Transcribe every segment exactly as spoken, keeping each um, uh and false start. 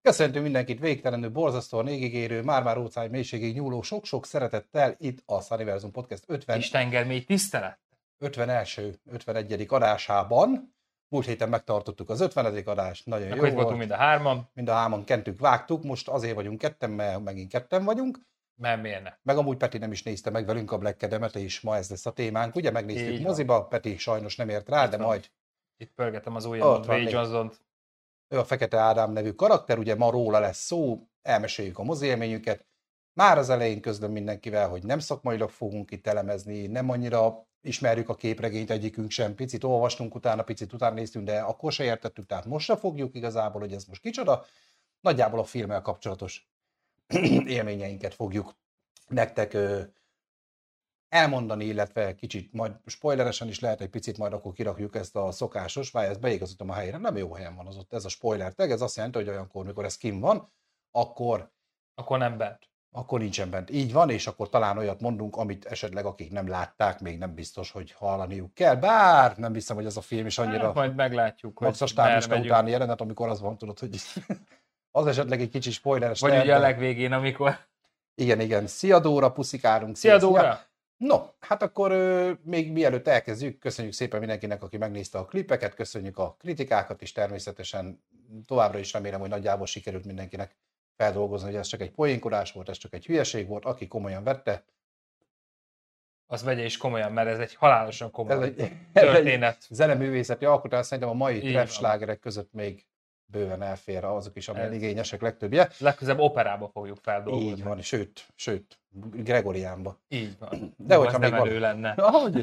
Köszöntünk mindenkit végtelenül borzasztóan égigérő, már-már óceán mélységig nyúló sok-sok szeretettel itt a Sunniversum Podcast ötven, és tengermély tisztelet. ötvenegy ötvenegyedik adásában. Múlt héten megtartottuk az ötvenedik adást, nagyon Akkor jó itt volt. voltunk mind a hárman. Mind a hárman kentük, vágtuk, most azért vagyunk ketten, mert megint ketten vagyunk. Mert miért ne? Meg amúgy Peti nem is nézte meg velünk a Black Adam-et, és ma ez lesz a témánk. Ugye megnéztük Így moziba, van. Peti sajnos nem ért rá, Itt de van. majd Itt pörgetem az Ott ujjamon, van Ray még. Johnson-t. ő a Fekete Ádám nevű karakter, ugye ma róla lesz szó, elmeséljük a mozi élményünket. Már az elején közlöm mindenkivel, hogy nem szakmailag fogunk itt elemezni, nem annyira ismerjük a képregényt egyikünk sem, picit olvastunk utána, picit utána néztünk, de akkor se értettük, tehát most se fogjuk igazából, hogy ez most kicsoda. Nagyjából a filmmel kapcsolatos élményeinket fogjuk nektek ö, elmondani, illetve kicsit majd spoileresen is lehet egy picit, majd akkor kirakjuk ezt a szokásos, vagy ezt beigazítom a helyre, nem jó helyen van az ott ez a spoiler tag, ez azt jelenti, hogy olyankor, mikor ez kim van, akkor, Akkor nem bent. akkor nincsen bent. Így van, és akkor talán olyat mondunk, amit esetleg akik nem látták, még nem biztos, hogy hallaniuk kell, bár nem hiszem, hogy ez a film is annyira Hát, majd meglátjuk, hogy max a merre stáblista megyünk. utáni jelenet, amikor az van, tudod, hogy az esetleg egy kicsi spoileres Vagy lehet, ugye a de- legvégén, amikor... Igen, igen. Szia Dóra, puszikárunk. Szia, Dóra! No, hát akkor ö, még mielőtt elkezdjük, köszönjük szépen mindenkinek, aki megnézte a klipeket, köszönjük a kritikákat, és természetesen továbbra is remélem, hogy nagyjából sikerült mindenkinek feldolgozni, hogy ez csak egy poénkodás volt, ez csak egy hülyeség volt, aki komolyan vette. Az vegye is komolyan, mert ez egy halálosan komoly Ez egy, ez egy történet. zeneművészeti alkotás, szerintem a mai Így trap van. slágerek között még bőven elfér azok is, amilyen Ez- igényesek legtöbbje. Legközelebb operába fogjuk feldolgozni. Így van, sőt, sőt, Gregoriánba. Így van. De Ó, hogyha ez még nem van- elő lenne. Ahogy?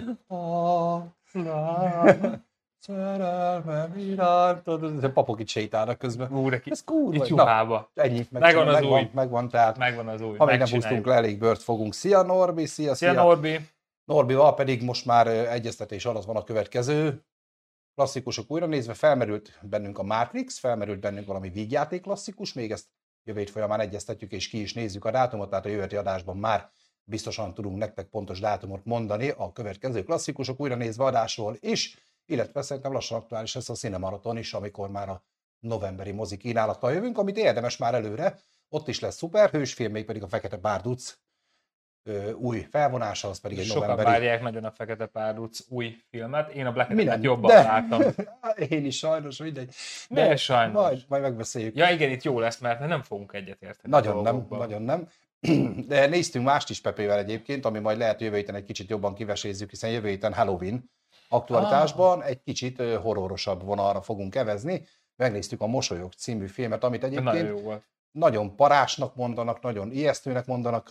Szerelmem irántad, ez papok itt sétálnak közben. Úr, aki Ez kurva. itt Na, juhába. ennyi, meg, Megvan az megvan, új. megvan, tehát Megvan az új. ha még nem megcsináljuk. húztunk le elég bört fogunk. Szia Norbi, szia, Szia, szia. Norbi! Norbival pedig most már ö, egyeztetés alatt van a következő. Klasszikusok újra nézve, felmerült bennünk a Matrix, felmerült bennünk valami vígjáték klasszikus, még ezt jövő hét folyamán egyeztetjük, és ki is nézzük a dátumot, tehát a jövő heti adásban már biztosan tudunk nektek pontos dátumot mondani a következő klasszikusok újra nézve adásról is, illetve szerintem lassan aktuális lesz a Cinemaraton is, amikor már a novemberi mozi kínálattal jövünk, amit érdemes már előre, ott is lesz szuperhős film, még pedig a Fekete Párduc ö, új felvonása, az pedig egy Sokan novemberi. várják nagyon a Fekete Párduc új filmet. Én a Black Mi Adam-et nem? jobban De- láttam. Én is sajnos, mindegy. Miért sajnos? Majd, majd megbeszéljük. Ja igen, itt jó lesz, mert nem fogunk egyetérteni. Nagyon a nem, dolgokban. nagyon nem. De néztünk mást is Pepével egyébként, ami majd lehet jövő héten egy kicsit jobban kivesézzük, hiszen jövő héten Halloween aktualitásban egy kicsit ö, horrorosabb vonalra fogunk evezni. Megnéztük a Mosolyog című filmet, amit egyébként Nagyon nagyon, jó volt. nagyon parásnak mondanak, nagyon ijesztőnek mondanak.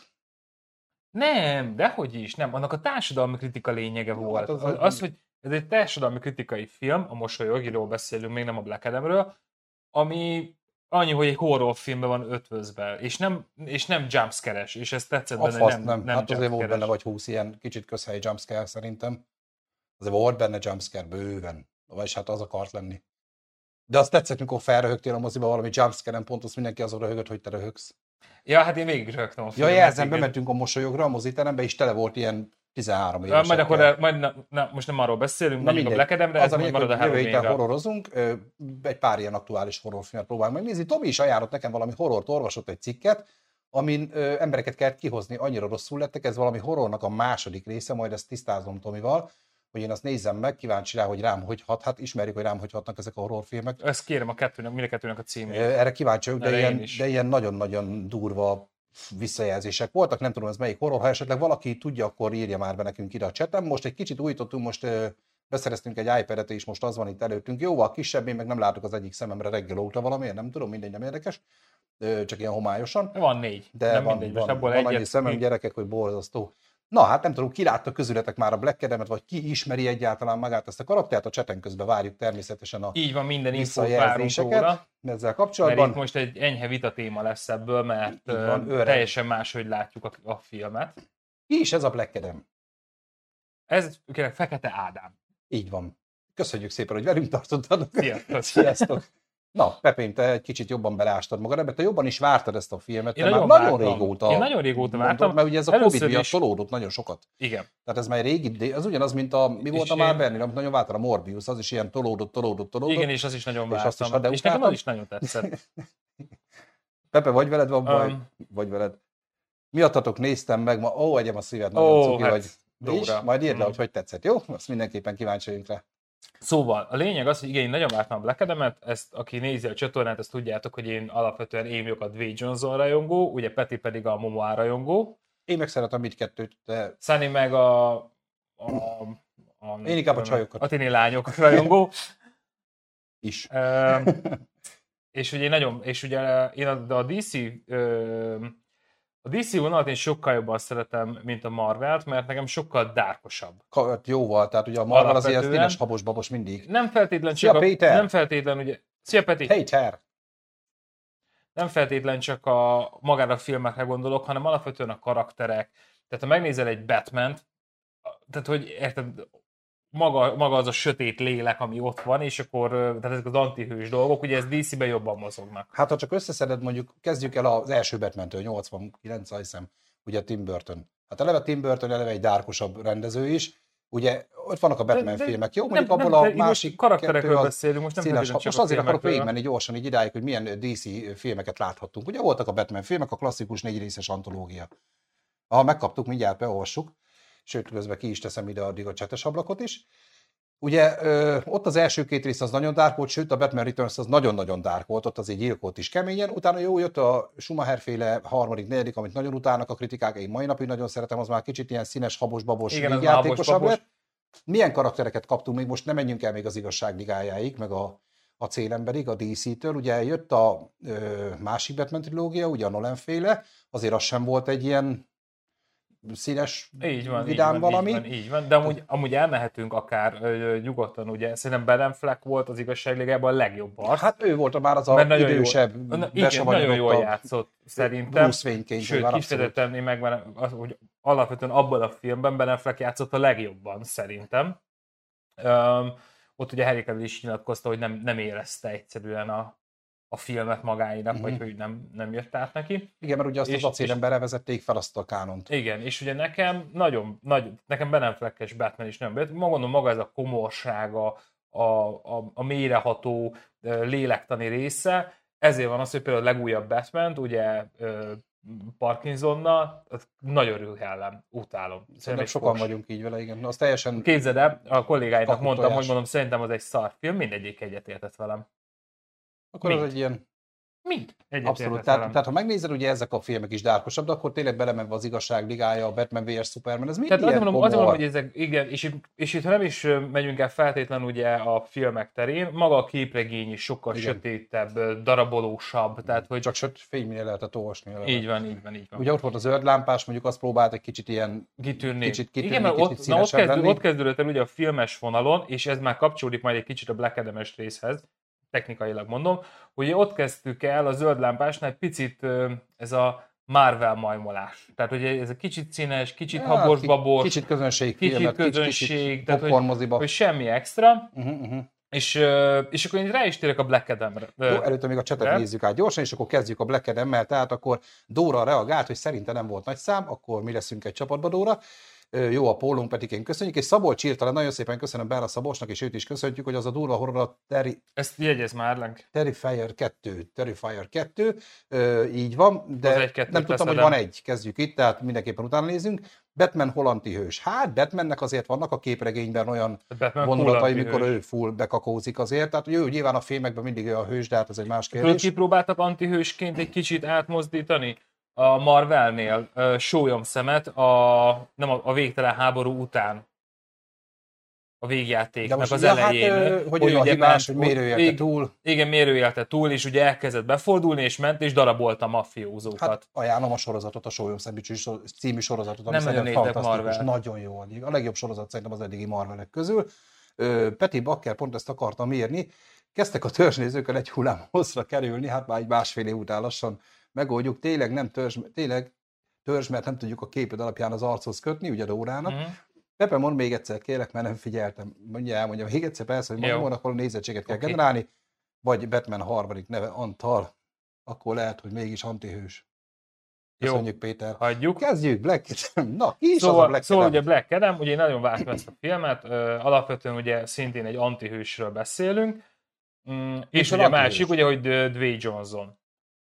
Nem, dehogy is, nem. Annak a társadalmi kritika lényege Jó, volt. hát az- Az, az, hogy ez egy társadalmi kritikai film, a Mosolyogiról beszélünk, még nem a Black Adamről, ami annyi, hogy egy horrorfilmben van ötvözve, és nem, és nem jumpscare-es, és ez tetszett A benne, fasz nem, nem, nem hát azért volt jumpscare-es. benne vagy húsz ilyen kicsit közhelyi jumpscare szerintem. Azért volt benne jumpscare bőven, vagyis hát az akart lenni. De azt tetszett, mikor felröhögtél a moziba valami jumpscare-en, pont azt mindenki azon röhögött, hogy te röhögsz. Ja, hát én végig rögtem a Ja, filmet. jelzem, igen. bementünk a Mosolyogra, a moziterembe, és tele volt ilyen tizenhárom Ja, évesekkel. majd akkor, el- majd, na, na, most nem arról beszélünk, Na megyünk a mindegy. Black Adamre, Az ez a majd lényeg, marad a hogy jövő héten Halloweenra. horrorozunk, ö, egy pár ilyen aktuális horrorfilmet próbálunk megnézni. Tomi is ajánlott nekem valami horrort, olvasott egy cikket, amin ö, embereket kellett kihozni, annyira rosszul lettek, ez valami horrornak a második része, majd ezt tisztázom Tomival, hogy én azt nézzem meg, kíváncsi rá, hogy rám hogy hat, hát ismerjük, hogy rám hogy hatnak ezek a horrorfilmek. Ezt kérem a kettőnek, mind a kettőnek a címét. Ö, Erre kíváncsi vagyok, de, Erre én ilyen, is. de ilyen nagyon-nagyon durva visszajelzések voltak, nem tudom, ez melyik horror, ha esetleg valaki tudja, akkor írja már be nekünk ide a chaten. Most egy kicsit újítottunk, most ö, beszereztünk egy iPad-et, és most az van itt előttünk. Jóval kisebb, én meg nem látok az egyik szememre reggel óta valamiért, nem tudom, mindegy, nem érdekes, ö, csak ilyen homályosan. Van négy, De nem van, mindegy, van, most abból van annyi egyet... szemem, gyerekek, hogy borzasztó. Na, hát nem tudom, ki látta közületek már a Black Adam-et, vagy ki ismeri egyáltalán magát ezt a karaktert, a chaten közben várjuk természetesen a Így van, minden infót várunk visszajelzéseket róla. ezzel Mert kapcsolatban. itt most egy enyhe vita téma lesz ebből, mert Így van, ö, öreg. teljesen máshogy látjuk a, a filmet. Ki is ez a Black Adam? Ez kérlek Fekete Ádám. Így van. Köszönjük szépen, hogy velünk tartottatok. Sziasztok. Sziasztok! Na, Pepém, te egy kicsit jobban beleástad magad ebbe, te jobban is vártad ezt a filmet, Én te már nagyon nagyon vártam. régóta Én nagyon régóta mondtad, vártam. mert ugye ez a Először Covid miatt is- tolódott nagyon sokat. Igen. Tehát ez már régi, de az ugyanaz, mint a, mi volt És a én- már Berni, amit nagyon vártad, a Morbius, az is ilyen tolódott, tolódott, tolódott. Igen, és az is nagyon És azt is, vártam. ha de És nekem utáltad? az is nagyon tetszett. Pepe, vagy veled van baj, Um, vagy veled. Miattatok néztem meg ma, ó, egyem a szíved, nagyon Ó, cuki hát, vagy. És Dóra. majd írd le, Mm. hogy hogy tetszett, jó? Azt mindenképpen kíváncsi vagyunk rá. Szóval a lényeg az, hogy igen, én nagyon vártam a Black Adam-et, ezt aki nézi a csatornát, ezt tudjátok, hogy én alapvetően én vagyok a Dwayne Johnson rajongó, ugye Peti pedig a Momoa rajongó, Én meg szeretem mindkettőt, de Sunny meg a, a, a Én inkább a csajokat. a tini lányok rajongó. is. Ö, és ugye én nagyon, és ugye én a, a dé cé ö, a dé cé vonalat én sokkal jobban szeretem, mint a Marvelt, mert nekem sokkal dárkosabb. Ka- Jóval, tehát ugye a Marvel az ilyen Alapvetően- színes habos-babos mindig. Nem feltétlen Szia, csak a, Péter! nem feltétlen ugye, szia Peti! Hater! Nem feltétlen csak a magára a filmekre gondolok, hanem alapvetően a karakterek. Tehát ha megnézel egy Batman-t, tehát hogy érted, maga, maga az a sötét lélek, ami ott van, és akkor tehát ezek az antihős dolgok, ugye ez dé cé-ben jobban mozognak. Hát ha csak összeszeded, mondjuk kezdjük el az első Batman-től, nyolcvankilenc, azt hiszem, ugye Tim Burton. Hát eleve Tim Burton eleve egy dárkosabb rendező is, ugye ott vannak a Batman De- de filmek, jó? nem- Mondjuk abból nem, de a így másik most karakterekről kettő az beszélünk, most nem színes. feltétlenül Most csak a azért akarok filmekről. végigmenni gyorsan így idáig, hogy milyen dé cé filmeket láthattunk. Ugye voltak a Batman filmek, a klasszikus négy részes antológia. Ha megkaptuk, mindjárt beolvassuk, sőt, közben ki is teszem ide addig a csetes ablakot is. Ugye ö, ott az első két rész az nagyon dark volt, sőt a Batman Returns az nagyon-nagyon dark volt, ott azért gyilkolt is keményen. Utána jó jött a Schumacher féle harmadik, negyedik, amit nagyon utálnak a kritikák, én mai napig nagyon szeretem, az már kicsit ilyen színes, habos-babos, Igen, az játékosabb habos-babos. lett. Milyen karaktereket kaptunk még, most nem menjünk el még az igazság ligájáig, meg a, a célemberig, a dé cé-től. Ugye jött a ö, másik Batman trilógia, ugye a Nolan féle, azért az sem volt egy ilyen színes, Így van, vidám így van, valami. Így van, így van, de amúgy, amúgy elmehetünk akár ö, nyugodtan, ugye, szerintem Ben Affleck volt az igazságligában a legjobb arc. Hát ő volt már az a Mert nagyon idősebb, jól, na, igen, nagyon jól játszott szerintem. Bruce Wayne-ként. Sőt, nyilván kifejezetten én meg, az, hogy alapvetően abban a filmben Ben Affleck játszott a legjobban szerintem. Um, ott ugye Harry Cavill is nyilatkozta, hogy nem, nem érezte egyszerűen a, a filmet magáinak, Mhm. vagy hogy nem, nem jött át neki. Igen, mert ugye azt És- az acélemberre vezették fel azt a kánont. Igen, és ugye nekem nagyon, nagy, nekem Ben Affleck-es Batman is nem bejött. Mondom, maga ez a komorsága, a, a, a mélyreható ö, lélektani része, ezért van az, hogy például a legújabb Batman-t, ugye ö, Parkinsonnal, az nagyon rühellem, utálom. Szerintem Szerintem egy sokan fos. vagyunk így vele, igen. Az teljesen... Képzeld el, a kollégáinak Kakuk mondtam, tojás. hogy mondom, szerintem az egy szar film, mindegyik egyetértett velem. Akkor az mind. egy ilyen... Mind egyetértett Abszolút. Tehát, velem. tehát, ha megnézed, ugye ezek a filmek is dárkosabb, de akkor tényleg belemenve az igazság ligája, a Batman vé es Superman, ez mind Tehát ilyen azt mondom, azt mondom, komor. hogy ezek, igen, és, itt- és itt ha nem is ö, megyünk el feltétlenül ugye a filmek terén, maga a képregény is sokkal Igen. sötétebb, ö, darabolósabb, tehát hogy Csak söt fénynél lehetett olvasni. eleve. így van, így van, így van. Ugye ott volt a zöld lámpás, mondjuk azt próbált egy kicsit ilyen... Kitűnni. Kicsit kitűnni, Igen, mert kicsit ott, na, ott, színesebb kezdő, lenni. ott kezdődött el ugye a filmes vonalon, és ez már kapcsolódik majd egy kicsit a Black Adam-es részhez, technikailag mondom, hogy ott kezdtük el a zöld lámpásnál egy picit ö, ez a Marvel majmolás. Tehát, hogy ez a kicsit színes, kicsit Ja, habos-babos, ki- Kicsit közönség kicsit filmet, közönség, kicsit tehát, hogy- popcorn moziba. hogy semmi extra, Uh-huh, uh-huh. és, ö, és akkor én rá is térek a Black Adam-re. Jó, előtte még a csetet de? nézzük át gyorsan, és akkor kezdjük a Black Adam-mel, tehát akkor Dóra reagált, hogy szerinte nem volt nagy szám, akkor mi leszünk egy csapatba, Dóra. Ö, Jó a pólunk, Petikén köszönjük, és Szabolcs írta le, nagyon szépen köszönöm Bára Szabolcsnak, és őt is köszöntjük, hogy az a durva horror a Terry, Ezt jegyez már, Lenk. Terrifier kettő, Terrifier kettő, ö, így van, de Az egy-kettőt nem tudtam, hogy leszedem. van egy, kezdjük itt, tehát mindenképpen utána nézzünk. Batman Hollanti hős. Hát Batmannek azért vannak a képregényben olyan Batman vonulatai, full mikor antihős. ő full bekakózik azért, tehát ő nyilván a filmekben mindig ő a hős, de hát ez egy más Tudod, kérdés. kipróbáltak antihősként egy kicsit átmozdítani a Marvelnél uh, sólyom szemet a, nem a, a végtelen háború után. A De végjátéknak most az ja, elején. hát, ö, hogy ő a ugye hibás, hogy ment- mérőjelte igen, túl. Igen, mérőjelte túl, és ugye elkezdett befordulni, és ment, és darabolta a mafiózókat. Hát ajánlom a sorozatot, a Sólyom Szembicsű című sorozatot, ami Nem nagyon szerintem nézek fantasztikus, Marvelt. nagyon jó. A legjobb sorozat szerintem az eddigi Marvelek közül. Ö, Peti Bakker pont ezt akartam írni. Kezdtek a törzsnézőkkel egy hullám hosszra kerülni, hát már egy másfél év után lassan megoldjuk. Tényleg nem törzs, tényleg törzs, mert nem tudjuk a képed alapján az archoz kötni, ugye Dórának. Mhm. Pepe, mondd még egyszer, kérlek, mert nem figyeltem. Mondja, elmondja még egyszer, persze, hogy Jó. mondom, akkor nézettséget kell Oké. generálni, vagy Batman harmadik neve Antal, akkor lehet, hogy mégis antihős. Jó. Köszönjük, Péter. Hagyjuk. Kezdjük, Black Adam. Na, ki is Szóval, az a Black szóval Adam? ugye Black Adam, ugye én nagyon vártam ezt a filmet, ö, alapvetően ugye szintén egy antihősről beszélünk, mm, és Micsoda ugye a antihős? másik ugye, hogy D- Dwayne Johnson.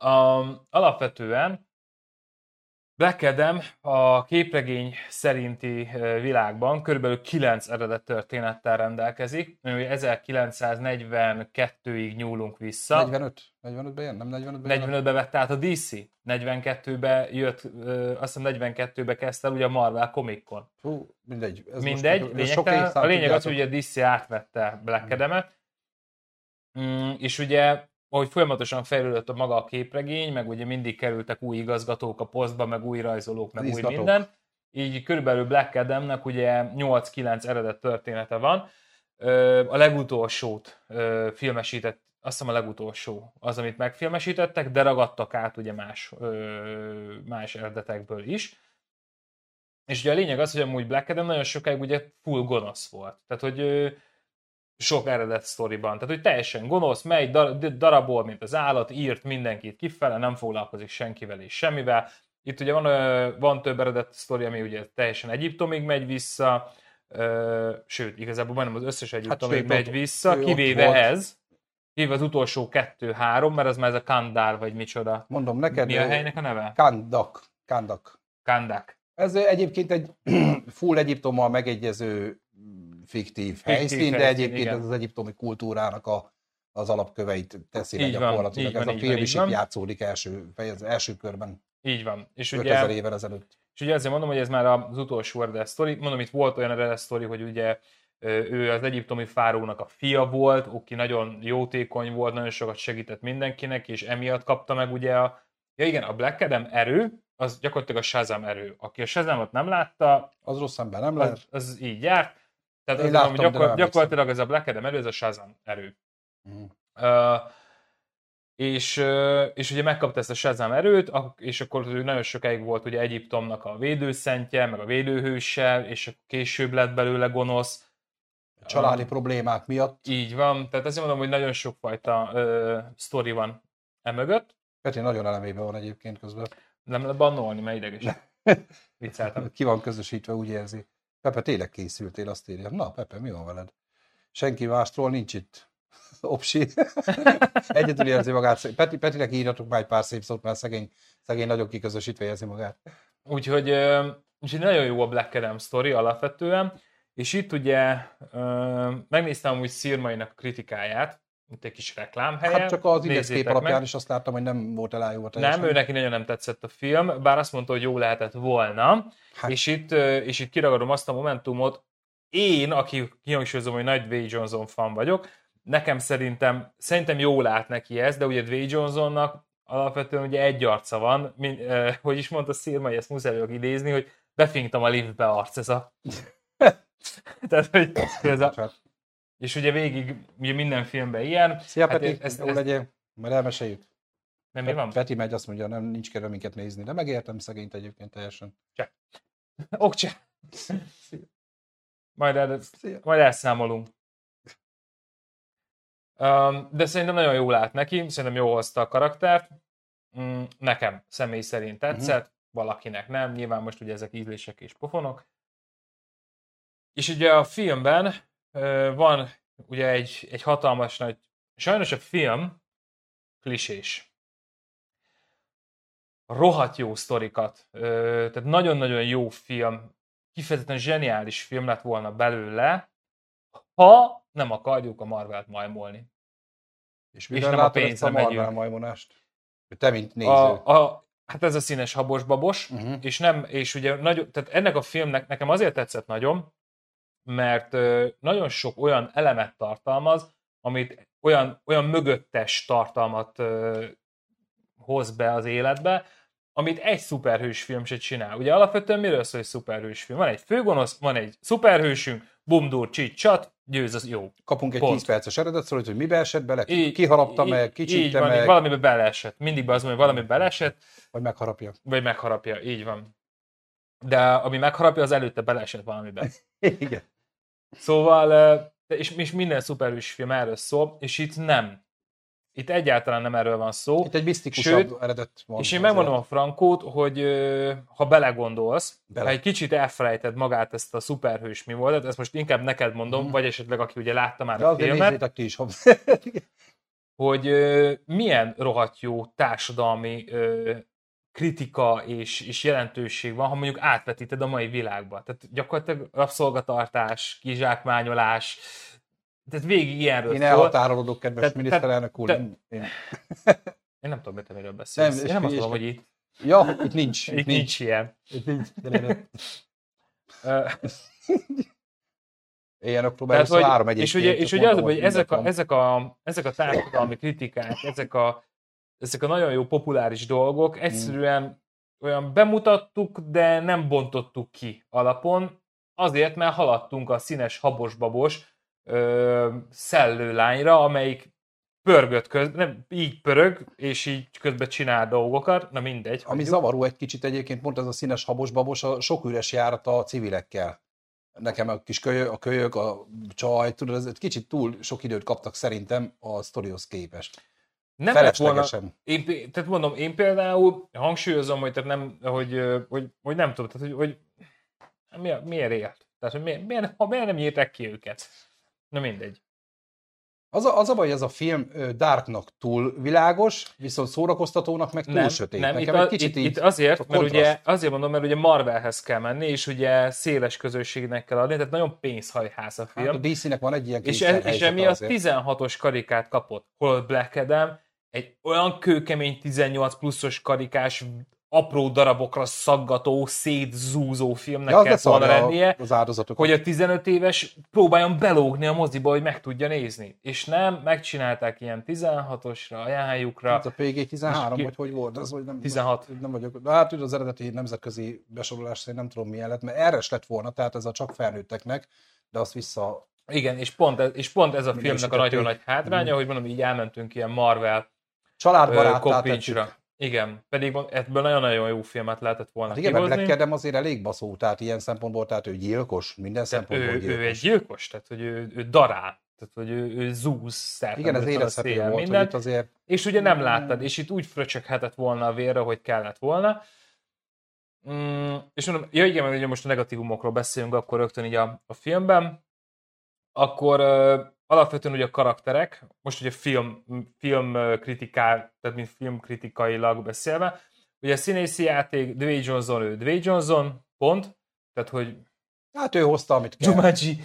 Um, alapvetően Black Adam a képregény szerinti világban körülbelül kilenc eredet történettel rendelkezik, ami ezerkilencszáznegyvenkettőig nyúlunk vissza. negyvenöt? negyvenötben jön? Nem negyvenötben jön? negyvenötben vett át a dé cé. negyvenkettőben jött, azt hiszem negyvenkettőben kezdte el ugye a Marvel Comic-Con. Hú, mindegy. Ez Mindegy, most, ez lényegtelen. sok A lényeg az, tudjátok. hogy a dé cé átvette Black Adam-et, mm, és ugye ahogy folyamatosan fejlődött a maga a képregény, meg ugye mindig kerültek új igazgatók a posztba, meg új rajzolók, meg Izgatók. új minden. Így körülbelül Black Adamnek ugye nyolc-kilenc eredet története van. A legutolsót filmesített, azt hiszem a legutolsó az, amit megfilmesítettek, de ragadtak át ugye más, más eredetekből is. És ugye a lényeg az, hogy amúgy Black Adam nagyon sokáig ugye full gonosz volt. Tehát, hogy sok eredet sztoriban. Tehát, hogy teljesen gonosz, megy, darabol, mint az állat, írt mindenkit kifele, nem foglalkozik senkivel és semmivel. Itt ugye van, van több eredet sztori, ami ugye teljesen Egyiptomig megy vissza, sőt, igazából majdnem az összes Egyiptomig hát, megy vissza, kivéve ez, kivéve az utolsó kettő-három, mert az már ez a Kandár, vagy micsoda. Mondom neked. Mi a helynek a neve? Kandak. Kandak. Kandak. Ez egyébként egy full Egyiptommal megegyező fiktív helyszín, de egyébként igen. Ez az egyiptomi kultúrának a, az alapköveit teszi le gyakorlatilag. Ez van, a film is itt játszódik első, az első körben. Így van. És ötezer évvel ezelőtt. És ugye azért mondom, hogy ez már az utolsó eredet sztori. Mondom, itt volt olyan eredet sztori, hogy ugye ő az egyiptomi fárónak a fia volt, aki nagyon jótékony volt, nagyon sokat segített mindenkinek, és emiatt kapta meg ugye a... Ja igen, a Black Adam erő, az gyakorlatilag a Shazam erő. Aki a Shazamot nem látta, az rossz ember nem lehet. Az, az így járt. Tehát Én az láttam, mondom, gyakor, gyakorlatilag ez a Black Adam erő, ez a Shazam erő. Mm. Uh, és, uh, és ugye megkapta ezt a Shazam erőt, és akkor nagyon sokáig volt ugye Egyiptomnak a védőszentje, meg a védőhőse, és akkor később lett belőle gonosz. A családi uh, problémák miatt. Így van, tehát azért mondom, hogy nagyon sokfajta uh, sztori van emögött. Peti nagyon elemében van egyébként közben. Nem lehet bannolni, mert ideges. Vicceltem. Ki van közösítve, úgy érzi. Pepe, tényleg készültél, azt írja. Na, Pepe, mi van veled? Senki mástról nincs itt. Opsi. Egyedül érzi magát. Peti, Petinek írjatok már egy pár szép szót, mert szegény, szegény nagyon kiközösítve érzi magát. Úgyhogy, úgyhogy nagyon jó a Black Adam sztori alapvetően, és itt ugye megnéztem úgy Szirmainak a kritikáját, mint egy kis reklámhelye. Hát csak az indexkép alapján is azt láttam, hogy nem volt elájúva teljesen. Nem, ő neki nagyon nem tetszett a film, bár azt mondta, hogy jó lehetett volna, hát. és, itt, és itt kiragadom azt a momentumot, én, aki kihangsúlyozom, hogy nagy Dwayne Johnson fan vagyok, nekem szerintem, szerintem jól állt neki ez, de ugye Dwayne Johnsonnak alapvetően ugye egy arca van, mint, eh, hogy is mondta Szirmai, ezt muszáj vagyok idézni, hogy befinktam a liftbe arc, ez a... Tehát, hogy ez a... És ugye végig ugye minden filmben ilyen. Szia, hát Peti, ezt, jó ezt... legyél, majd elmeséljük. Nem, mi van? Peti megy, azt mondja, nem, nincs kedve minket nézni, de megértem szegényt egyébként teljesen. Cseh. Okcseh. Majd, el, majd elszámolunk. Um, de szerintem nagyon jól állt neki, szerintem jól hozta a karaktert. Mm, nekem személy szerint tetszett, uh-huh. valakinek nem, nyilván most ugye ezek ízlések és pofonok. És ugye a filmben uh, van ugye egy, egy hatalmas nagy, sajnos a film klisés. Rohadt jó sztorikat, uh, tehát nagyon-nagyon jó film, kifejezetten zseniális film lett volna belőle, ha nem akarjuk a Marvelt majmolni. És mivel és nem a pénzre a Marvel majmolást? Te, mint néző. A, a, hát ez a színes habos-babos, uh-huh. és, nem, és ugye nagyon, tehát ennek a filmnek nekem azért tetszett nagyon, mert ö, nagyon sok olyan elemet tartalmaz, amit olyan, olyan mögöttes tartalmat ö, hoz be az életbe, amit egy szuperhős film se csinál. Ugye alapvetően miről szól egy szuperhős film? Van egy főgonosz, van egy szuperhősünk, bumdur, csit, csat, győz, az jó. Kapunk egy Pont. tíz perces eredet szólt, hogy mibe esett bele, így, kiharapta így, meg, kicsitte van, meg. Valamibe beleesett. Mindig be az, hogy valami beleesett. Vagy megharapja. Vagy megharapja, így van. De ami megharapja, az előtte beleesett valamiben. Igen. Szóval, és, és minden szuperhős film erről szól, és itt nem. Itt egyáltalán nem erről van szó. Itt egy misztikusabb Sőt, eredet van. És én megmondom a Frankót, hogy ha belegondolsz, Bele. ha egy kicsit elfelejted magát ezt a szuperhős mi volt, ezt most inkább neked mondom, mm. vagy esetleg aki ugye látta már de a filmet. De ti is. hogy ö, milyen rohadt jó társadalmi ö, kritika és, és jelentőség van, ha mondjuk átvetíted a mai világba. Tehát gyakorlatilag rabszolgatartás, kizsákmányolás, tehát végig ilyenről Én szól. elhatárolódok, kedves Tehát- miniszterelnök úr. te- Én... Én nem tudom, te miről beszélsz. Nem, Én nem azt és- mondom, hogy itt, Ja, itt nincs. itt nincs ilyen. Itt nincs. Ö, Ilyenok próbáljuk, Tehát, szóval hogy, három és egyébként. ugye, csak és ugye az, mondom, hogy ezek a, mindent ezek, a, ezek a társadalmi kritikák, ezek a, ezek a nagyon jó populáris dolgok egyszerűen olyan bemutattuk, de nem bontottuk ki alapon, azért, mert haladtunk a színes habos-babos ö, szellőlányra, amelyik pörgött közben, nem, így pörög, és így közben csinál dolgokat, na mindegy. Ami hagyjuk. zavaró egy kicsit egyébként, pont ez a színes habos-babos, a sok üres járat a civilekkel. Nekem a kis kölyök, a kölyök, a csaj, tudod, ez egy kicsit túl sok időt kaptak szerintem a sztorihoz képest. Nem lett volna, Feleslegesen. én, pé- tehát mondom, én például hangsúlyozom, hogy, tehát nem, hogy, ö, hogy, hogy nem tudom, tehát, hogy, hogy miért, miért élt? Tehát, hogy miért, miért, ha miért nem írták ki őket? Na mindegy. Az a, az a baj, hogy ez a film ö, darknak túl világos, viszont szórakoztatónak meg túl Nem, sötét. nem Nekem itt, egy a, kicsit itt, így itt azért, a mert kontraszt. ugye, azért mondom, mert ugye Marvelhez kell menni, és ugye széles közösségnek kell adni, tehát nagyon pénzhajház a film. Hát a dé cé-nek van egy ilyen És, ez, és kényszerhelyzete emiatt azért. tizenhatos karikát kapott. Holott Black Adam egy olyan kőkemény tizennyolc pluszos karikás, apró darabokra szaggató, szétzúzó filmnek Ja, az kellett volna leszarja lennie, az áldozatokat. hogy a tizenöt éves próbáljon belógni a moziba, hogy meg tudja nézni. És nem, megcsinálták ilyen tizenhatosra, ajánljukra. Ez a pé gé tizenhárom, És vagy ki- hogy volt? Az, vagy nem, tizenhat. Nem vagyok. De hát az eredeti nemzetközi besorolás szerint nem tudom milyen lett, mert erre is lett volna, tehát ez a csak felnőtteknek, de azt vissza... Igen, és pont ez, és pont ez a filmnek a Minősítették. nagyon nagy hátránya, hogy mondom, így elmentünk ilyen Marvel ö, Családbaráttá kopincsra. tettük. Igen, pedig mond- ebből nagyon-nagyon jó filmet lehetett volna Hát igen, mert kihozni. Black Adam azért elég baszó, tehát ilyen szempontból, tehát ő gyilkos, minden Tehát szempontból ő, gyilkos. ő egy gyilkos, tehát hogy ő, ő darál, tehát hogy ő, ő zúz szerte. Igen, ez mögött, érezhető széjjel, volt, minden. hogy itt azért... És ugye nem láttad, és itt úgy fröcsöghetett volna a vérre, hogy kellett volna. Mm, és mondom, ja igen, mert ugye most a negatívumokról beszélünk, akkor rögtön így a, a filmben. Akkor uh, alapvetően ugye a karakterek, most ugye film, film ö, kritikál, tehát mint filmkritikailag beszélve, ugye a színészi játék, Dwayne Johnson, ő Dwayne Johnson, pont, tehát hogy Hát ő hozta, amit kell. Jumanji,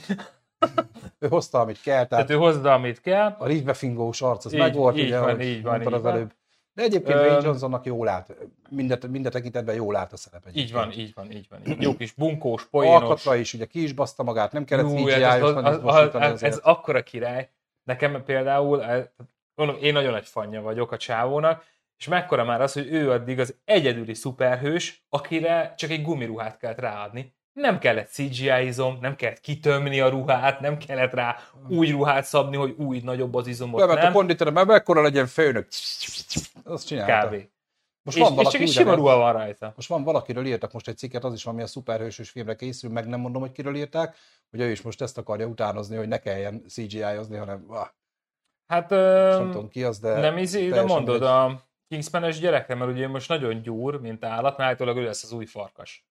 Ő hozta, amit kell, tehát tehát ő hozza, amit kell. a rívbefingós arc az Így- megvolt, így ugye, van, ahogy így van, mondtad így az van. előbb. De egyébként Öm, Dwayne Johnsonnak jól állt. Mindet, minden tekintetben jól állt a szerep egyébként. Így van, így van, így van. Így. Jó kis bunkós, poénos. Alkatra is, ugye ki is baszta magát, nem kellett Jú, cé gé hát ez, az, i-osnak az, mosítani az, azért. ez akkora király. Nekem például, eh, mondom, én nagyon nagy fanja vagyok a csávónak, és mekkora már az, hogy ő addig az egyedüli szuperhős, akire csak egy gumiruhát kellett ráadni. Nem kellett cé gé i-izom, nem kellett kitömni a ruhát, nem kellett rá új ruhát szabni, hogy új, nagyobb az izomot, Bement a nem? konditerem, mert mekkora legyen főnök. Azt csinálta. Kávé. Most És, van és valaki csak egy ugyanez. sima ruha van rajta. Most van valakiről írtak most egy cikket, az is valami a szuperhősös filmre készül, meg nem mondom, hogy kiről írták, hogy ő is most ezt akarja utánozni, hogy ne kelljen cé gé i-ozni, hanem ah, Hát nem öm, tudom ki az, de nem ízi, de teljesen mondod mindegy. a Kingsman-es gyerekre, mert ugye most nagyon gyúr, mint állat, mert állítólag ő lesz az új farkas.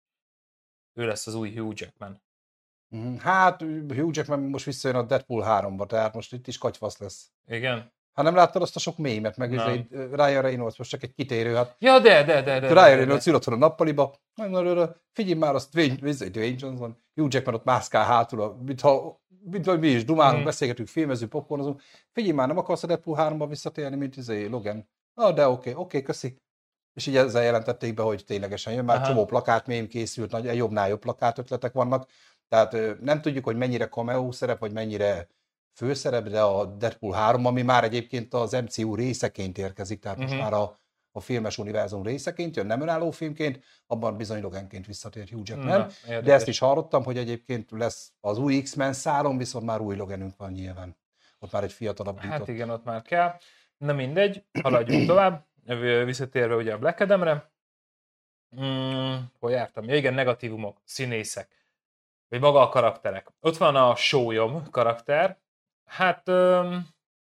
Ő lesz az új Hugh Jackman. Mhm. Hát Hugh Jackman most visszajön a Deadpool háromba, tehát most itt is katyvasz lesz. Igen? Hát nem láttad azt a sok mémet, meg Nem. izé, Ryan Reynolds most csak egy kitérő, hát Ja, de, de, de, de. de, Ryan de, Reynolds de. ül otthon a nappaliba, figyelj már azt Dwayne, izé, Dwayne Johnson, Hugh Jackman ott mászkál hátul, mintha, mintha mi is dumálunk, Mm. beszélgetünk, filmezünk, popcornozunk. Figyelj már, nem akarsz a Deadpool háromba visszatérni, mint izé, Logan? Ah, de oké, okay, oké, okay, köszi. És így ezzel jelentették be, hogy ténylegesen jön, már Aha. csomó plakátmém készült, nagy, jobbnál jobb plakát ötletek vannak. Tehát ö, nem tudjuk, hogy mennyire cameo szerep, vagy mennyire főszerep, de a Deadpool három, ami már egyébként az em cé u részeként érkezik, tehát most Mhm. már a, a filmes univerzum részeként jön, nem önálló filmként, abban bizony Loganként visszatér Hugh Jackman. Na, De érdekes. ezt is hallottam, hogy egyébként lesz az új X-Men szálon, viszont már új Loganünk van nyilván. Ott már egy fiatalabb Hát bított. igen, ott már kell. Na mindegy, haladjunk tovább. Visszatérve ugye a Black Adamre. Mm, hol jártam? Ja igen, negatívumok, színészek. Vagy maga a karakterek. Ott van a Sólyom karakter. Hát... Öm,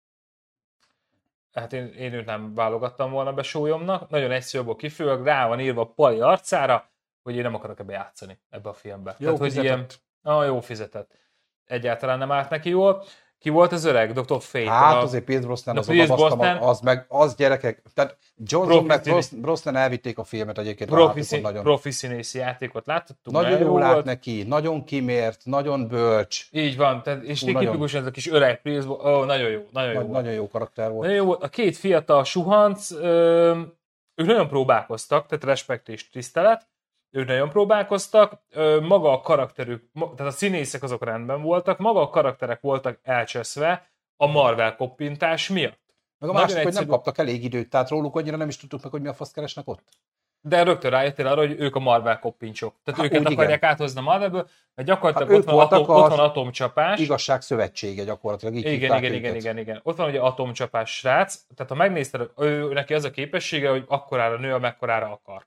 hát én, én őt nem válogattam volna be Sólyomnak. Nagyon egyszerűbb kifolyólag rá van írva a Pali arcára, hogy én nem akarok ebbe játszani, ebbe a filmbe. Jó hogy fizetett. ilyen, ah, jó fizetett. Egyáltalán nem állt neki jól. Ki volt az öreg? doktor Fate. Hát a... azért Pierce Brosnan Na, az Pierce odabasztam, Brosnan- az meg, az gyerekek, tehát Johnson meg Profi Bros- Brosnan elvitték a filmet egyébként, profi, láttuk, hogy szín, nagyon, profi színészi játékot láthattunk. nagyon jól lát volt. neki, nagyon kimért, nagyon bölcs, Így van, tehát, és Hú, tipikus ez a kis öreg Pierce, ó, nagyon jó, nagyon jó nagy, volt. nagyon jó karakter volt. Nagyon jó volt. A két fiatal suhanc, ö, ők nagyon próbálkoztak, tehát respekt és tisztelet, ők nagyon próbálkoztak, ö, maga a karakterük, ma, tehát a színészek azok rendben voltak, maga a karakterek voltak elcseszve a Marvel koppintás miatt. Meg a Nagyon másik, hogy nem egyszerű. kaptak elég időt, tehát róluk annyira nem is tudtuk meg, hogy mi a fasz keresnek ott. De rögtön rájöttél arra, hogy ők a Marvel koppincsok. Tehát Há, őket úgy akarják igen. áthozni a Marvelből, mert gyakorlatilag Hát ott, ők van atom, voltak ott az van atomcsapás. Igazság szövetsége gyakorlatilag, így Igen, hívták igen, igen, őket. igen, igen. Ott van ugye atomcsapás srác, tehát ha megnézted, ő, neki az a képessége, hogy akkorára nő, amekkorára akar.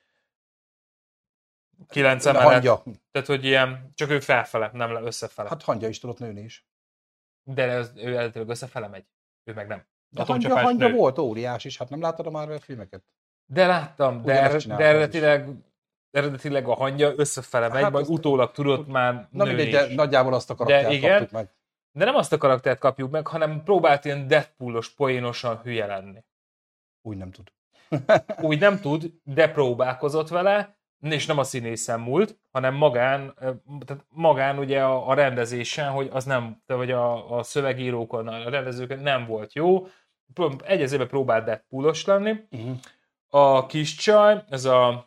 kilencven mellett. Hangya. Tehát, hogy ilyen, csak ő felfele, nem le összefele. Hát, Hát hangya is tudott nőni is. de ez, ő eredetileg összefele megy. Ő meg nem. De hangya, Atomcsapás hangya nő. volt óriás is, hát nem láttad a Marvel filmeket? De láttam, de, Ugyanezt er, de csinálta az eredetileg, eredetileg a hangya összefele megy, Hát majd azt- utólag tudott már Na nőni mindegy, de is. nagyjából azt a karaktert igen. kaptuk meg. De nem azt a karaktert kapjuk meg, hanem próbált ilyen Deadpoolos, poénosan hülye lenni. Úgy nem tud. Úgy nem tud, de próbálkozott vele, és nem a színészen múlt, hanem magán, tehát magán ugye a, a rendezésen, hogy az nem, vagy a, a szövegírókon, a rendezőkön nem volt jó. Egy az évben próbált Deadpoolos lenni. Uh-huh. A kis csaj, ez a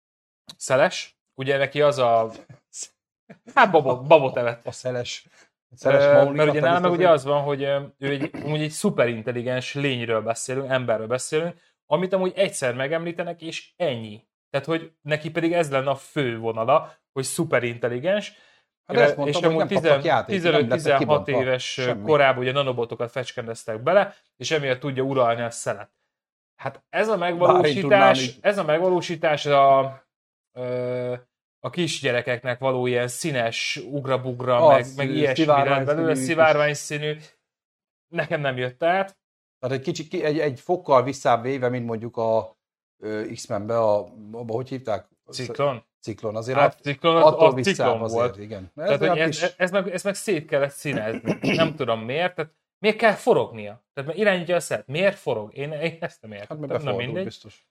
Szeles, ugye neki az a hát babot, babot evett. A szeles. szeles Ö, Maulina, mert ugye te nálam meg biztos, ugye hogy- az van, hogy ö, ő egy, amúgy egy szuperintelligens lényről beszélünk, emberről beszélünk, amit amúgy egyszer megemlítenek, és ennyi. Tehát, hogy neki pedig ez lenne a fő vonala, hogy szuperintelligens, Hát ezt mondtam, hogy nem kaptak játékot, nem lettek tizenöt-tizenhat kibontva. éves Semmi. korában ugye nanobotokat fecskendeztek bele, és emiatt tudja uralni a szelet. Hát ez a megvalósítás, tudnám így. ez a megvalósítás a, ö, a kisgyerekeknek való ilyen színes ugrabugra, meg, Az, meg ö, ilyesmi szivárvány lett belőle, színű szivárvány színű. Nekem nem jött át. Tehát egy kicsit ki- egy, egy fokkal visszább véve, mint mondjuk a ö, X-Menbe, a, abba hogy hívták? Ciklon? Ciklon. Azért Hát a- ciklon, az, attól az visszább ciklon azért, volt. igen. Ez Tehát, hogy olyan ez, kis- ez, meg, ez meg szét kellett színezni. Nem tudom miért. Tehát miért kell forognia? Tehát mert irányítja a szert. Miért forog? Én, én ezt nem értem. Hát meg Tehát nem befordul, mindegy. biztos.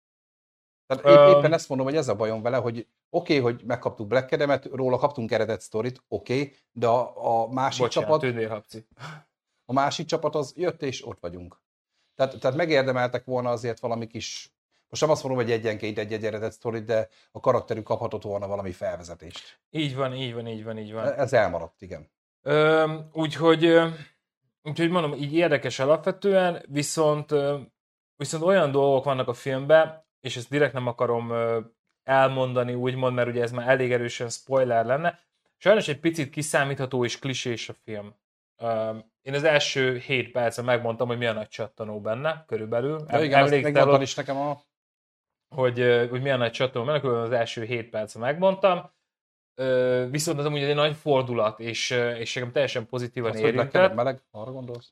Tehát Öm. épp, éppen ezt mondom, hogy ez a bajom vele, hogy oké, okay, hogy megkaptuk Black Adam-et, róla kaptunk eredet sztorit, oké, okay, de a, a másik Bocsánat, csapat, tündérhabci. a másik csapat az jött és ott vagyunk. Tehát, tehát megérdemeltek volna azért valami kis, most nem azt mondom, hogy egyenként egy-egy eredet sztorit, de a karakterük kaphatott volna valami felvezetést. Így van, így van, így van, így van. Ez elmaradt, igen. Ö, úgyhogy, ö, úgyhogy mondom, így érdekes alapvetően, viszont, ö, viszont olyan dolgok vannak a filmben, és ezt direkt nem akarom ö, elmondani, úgymond, mert ugye ez már elég erősen spoiler lenne. Sajnos egy picit kiszámítható és klisés a film. Ö, én az első hét percen megmondtam, hogy mi a nagy csattanó benne, körülbelül. Ja, igen, azt Emlékszel, megmondtad is nekem a... hogy, ö, hogy mi a nagy csattanó benne, körülbelül az első hét percen megmondtam. Ö, viszont az amúgy egy nagy fordulat, és, ö, és nekem teljesen pozitívan Azt, hogy Black Adam érintett. meleg, arra gondolsz?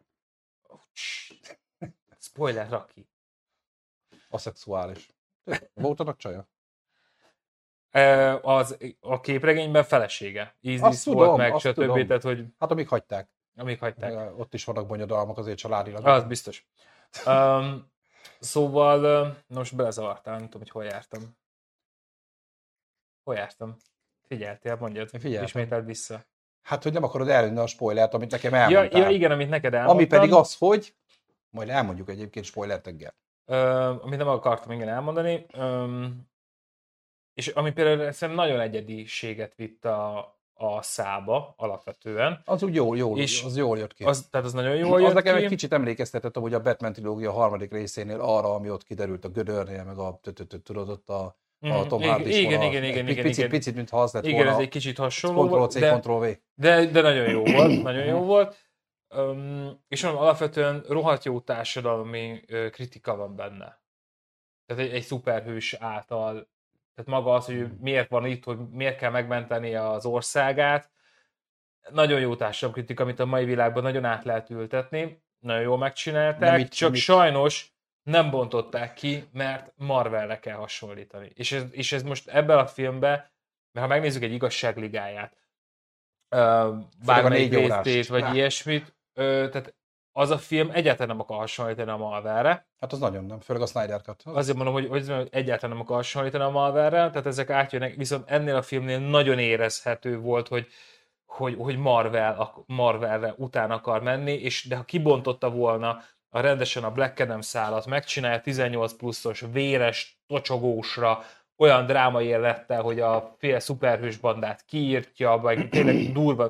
Spoiler, Raki. Aszexuális. Voltanak csaja? Ö, az, a képregényben felesége. Isis Azt volt tudom, meg, azt stb. tudom. Tehát, hogy Hát amíg hagyták. amíg hagyták. Ja, ott is vannak bonyodalmak azért családilag. Az biztos. Um, szóval, ö, na most belezavartál, nem tudom, hogy hol jártam. Hol jártam? Figyeltél, mondjad. Én figyeltem. Ismételd vissza. Hát, hogy nem akarod elönni a spoilert, amit nekem Ja, elmondtál. ja, igen, amit neked elmondtam. Ami pedig az, hogy majd elmondjuk egyébként spoilerteggel. Ö, amit nem akartam igen elmondani. Öm, és ami például szerintem nagyon egyediséget vitt a, a szába alapvetően. Az úgy jól, jól, És az jól jött ki. Az, tehát az nagyon jól az jött nekem ki. egy kicsit emlékeztetett, hogy a Batman trilógia harmadik részénél arra, ami ott kiderült a gödörnél, meg a tudod ott a, a Mhm. Tom Igen, Hardy is igen, volna. igen, igen, Egy igen, picit, igen. picit, mintha az lett Igen, volna. ez egy kicsit hasonló Ctrl volt, C, de, Ctrl V. de, de nagyon jó volt, nagyon jó volt. Um, és mondom, alapvetően rohadt jó társadalmi ö, kritika van benne. Tehát egy, egy szuperhős által, tehát maga az, hogy ő miért van itt, hogy miért kell megmenteni az országát, nagyon jó társadalomkritika, amit a mai világban nagyon át lehet ültetni, nagyon jól megcsinálták, Nem itt- csak nem itt. sajnos nem bontották ki, mert Marvelre kell hasonlítani. És ez, és ez most ebben a filmben, mert ha megnézzük egy igazságligáját, bármelyik részét, vagy Rá. ilyesmit. Ö, tehát az a film egyáltalán nem akar hasonlítani a Marvelre. Hát az nagyon nem, főleg a Snyder Cut. Az... Azért mondom, hogy, hogy egyáltalán nem akar hasonlítani a Marvelre, tehát ezek átjönnek, viszont ennél a filmnél nagyon érezhető volt, hogy, hogy, hogy Marvel, a Marvelre után akar menni, és de ha kibontotta volna a rendesen a Black Adam szálat, megcsinálja tizennyolc pluszos, véres, tocsogósra, olyan drámai élettel, hogy a fél szuperhős bandát kiírtja, vagy tényleg durva,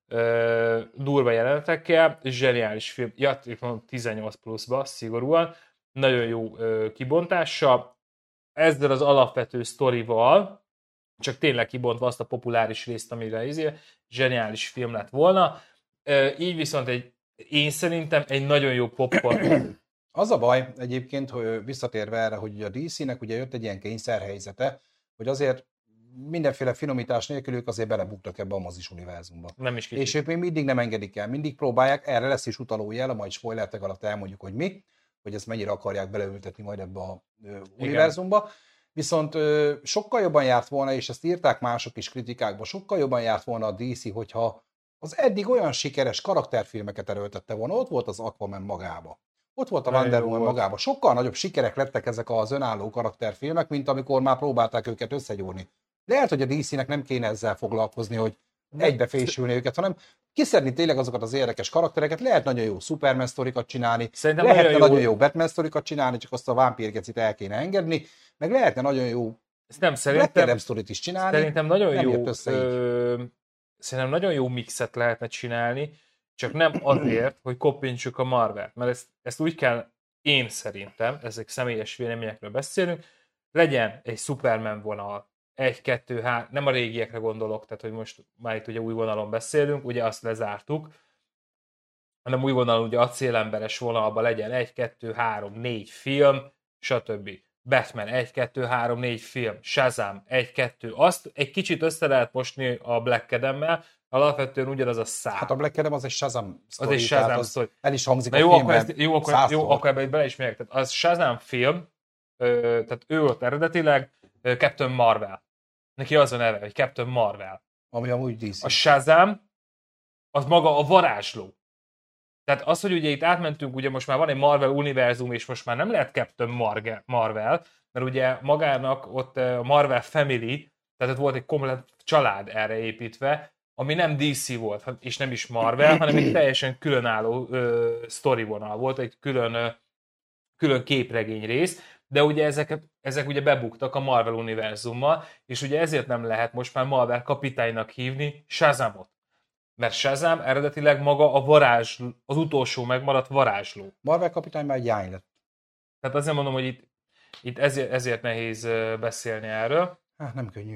uh, durva jelenetekkel, zseniális film. Ja, mondom, tizennyolc pluszba, szigorúan. Nagyon jó uh, kibontása. Ezzel az alapvető sztorival, csak tényleg kibontva azt a populáris részt, amire izé, zseniális film lett volna. Uh, így viszont egy, én szerintem egy nagyon jó popcorn. Az a baj egyébként, hogy visszatérve erre, hogy a dé cé-nek ugye jött egy ilyen kényszerhelyzete, hogy azért mindenféle finomítás nélkül ők azért belebuktak ebbe a mozis univerzumba. Nem is kicsit. És ők még mindig nem engedik el, mindig próbálják, erre lesz is utalójel, majd spoilertek alatt elmondjuk, hogy mi, hogy ezt mennyire akarják beleültetni majd ebbe a ö, univerzumba. Viszont ö, sokkal jobban járt volna, és ezt írták mások is kritikákban, sokkal jobban járt volna a dé cé, hogyha az eddig olyan sikeres karakterfilmeket erőltette volna, ott volt az Aquaman magába. Ott volt a Wonder Woman magában. Sokkal nagyobb sikerek lettek ezek az önálló karakterfilmek, mint amikor már próbálták őket összegyúrni. Lehet, hogy a dé cé-nek nem kéne ezzel foglalkozni, hogy egybefésülni őket, hanem kiszedni tényleg azokat az érdekes karaktereket. Lehet nagyon jó Superman sztorikat csinálni, Szerintem lehetne nagyon nagyon jó... jó Batman sztorikat csinálni, csak azt a vámpírgecit el kéne engedni, meg lehetne nagyon jó Ezt nem, szerintem, sztorit is csinálni. Szerintem nagyon jó, ö... szerintem nagyon jó mixet lehetne csinálni, csak nem azért, hogy koppintsuk a Marvelt, mert ezt, ezt úgy kell, én szerintem, ezek személyes véleményekről beszélünk, legyen egy Superman vonal, egy, kettő, három, nem a régiekre gondolok, tehát hogy most már itt ugye új vonalon beszélünk, ugye azt lezártuk, hanem új vonalon ugye acélemberes vonalban legyen egy, kettő, három, négy film, stb. Batman egy, kettő, három, négy film, Shazam egy, kettő, azt egy kicsit össze lehet mosni a Black Adam-mel, alapvetően ugyanaz a szám. Hát a Black Adam az egy Shazam sztori. Az egy Shazam sztori. El is hangzik Na a jó, filmben. Akkor ezt, jó, akkor, jó, akkor ebbe bele is megyek. Tehát az Shazam film, ö, tehát ő volt eredetileg ö, Captain Marvel. Neki az a neve, hogy Captain Marvel. Ami amúgy dé cé. A Shazam, az maga a varázsló. Tehát az, hogy ugye itt átmentünk, ugye most már van egy Marvel univerzum, és most már nem lehet Captain Marvel, mert ugye magának ott a Marvel Family, tehát ott volt egy komplet család erre építve, ami nem dé cé volt, és nem is Marvel, hanem egy teljesen különálló ö, sztori vonal volt, egy külön, ö, külön képregény rész, de ugye ezek, ezek ugye bebuktak a Marvel univerzummal, és ugye ezért nem lehet most már Marvel kapitánynak hívni Shazamot. Mert Shazam eredetileg maga a varázsló, az utolsó megmaradt varázsló. Marvel kapitány már egy jány lett. Tehát azért mondom, hogy itt, itt ezért, ezért nehéz beszélni erről. Hát nem könnyű.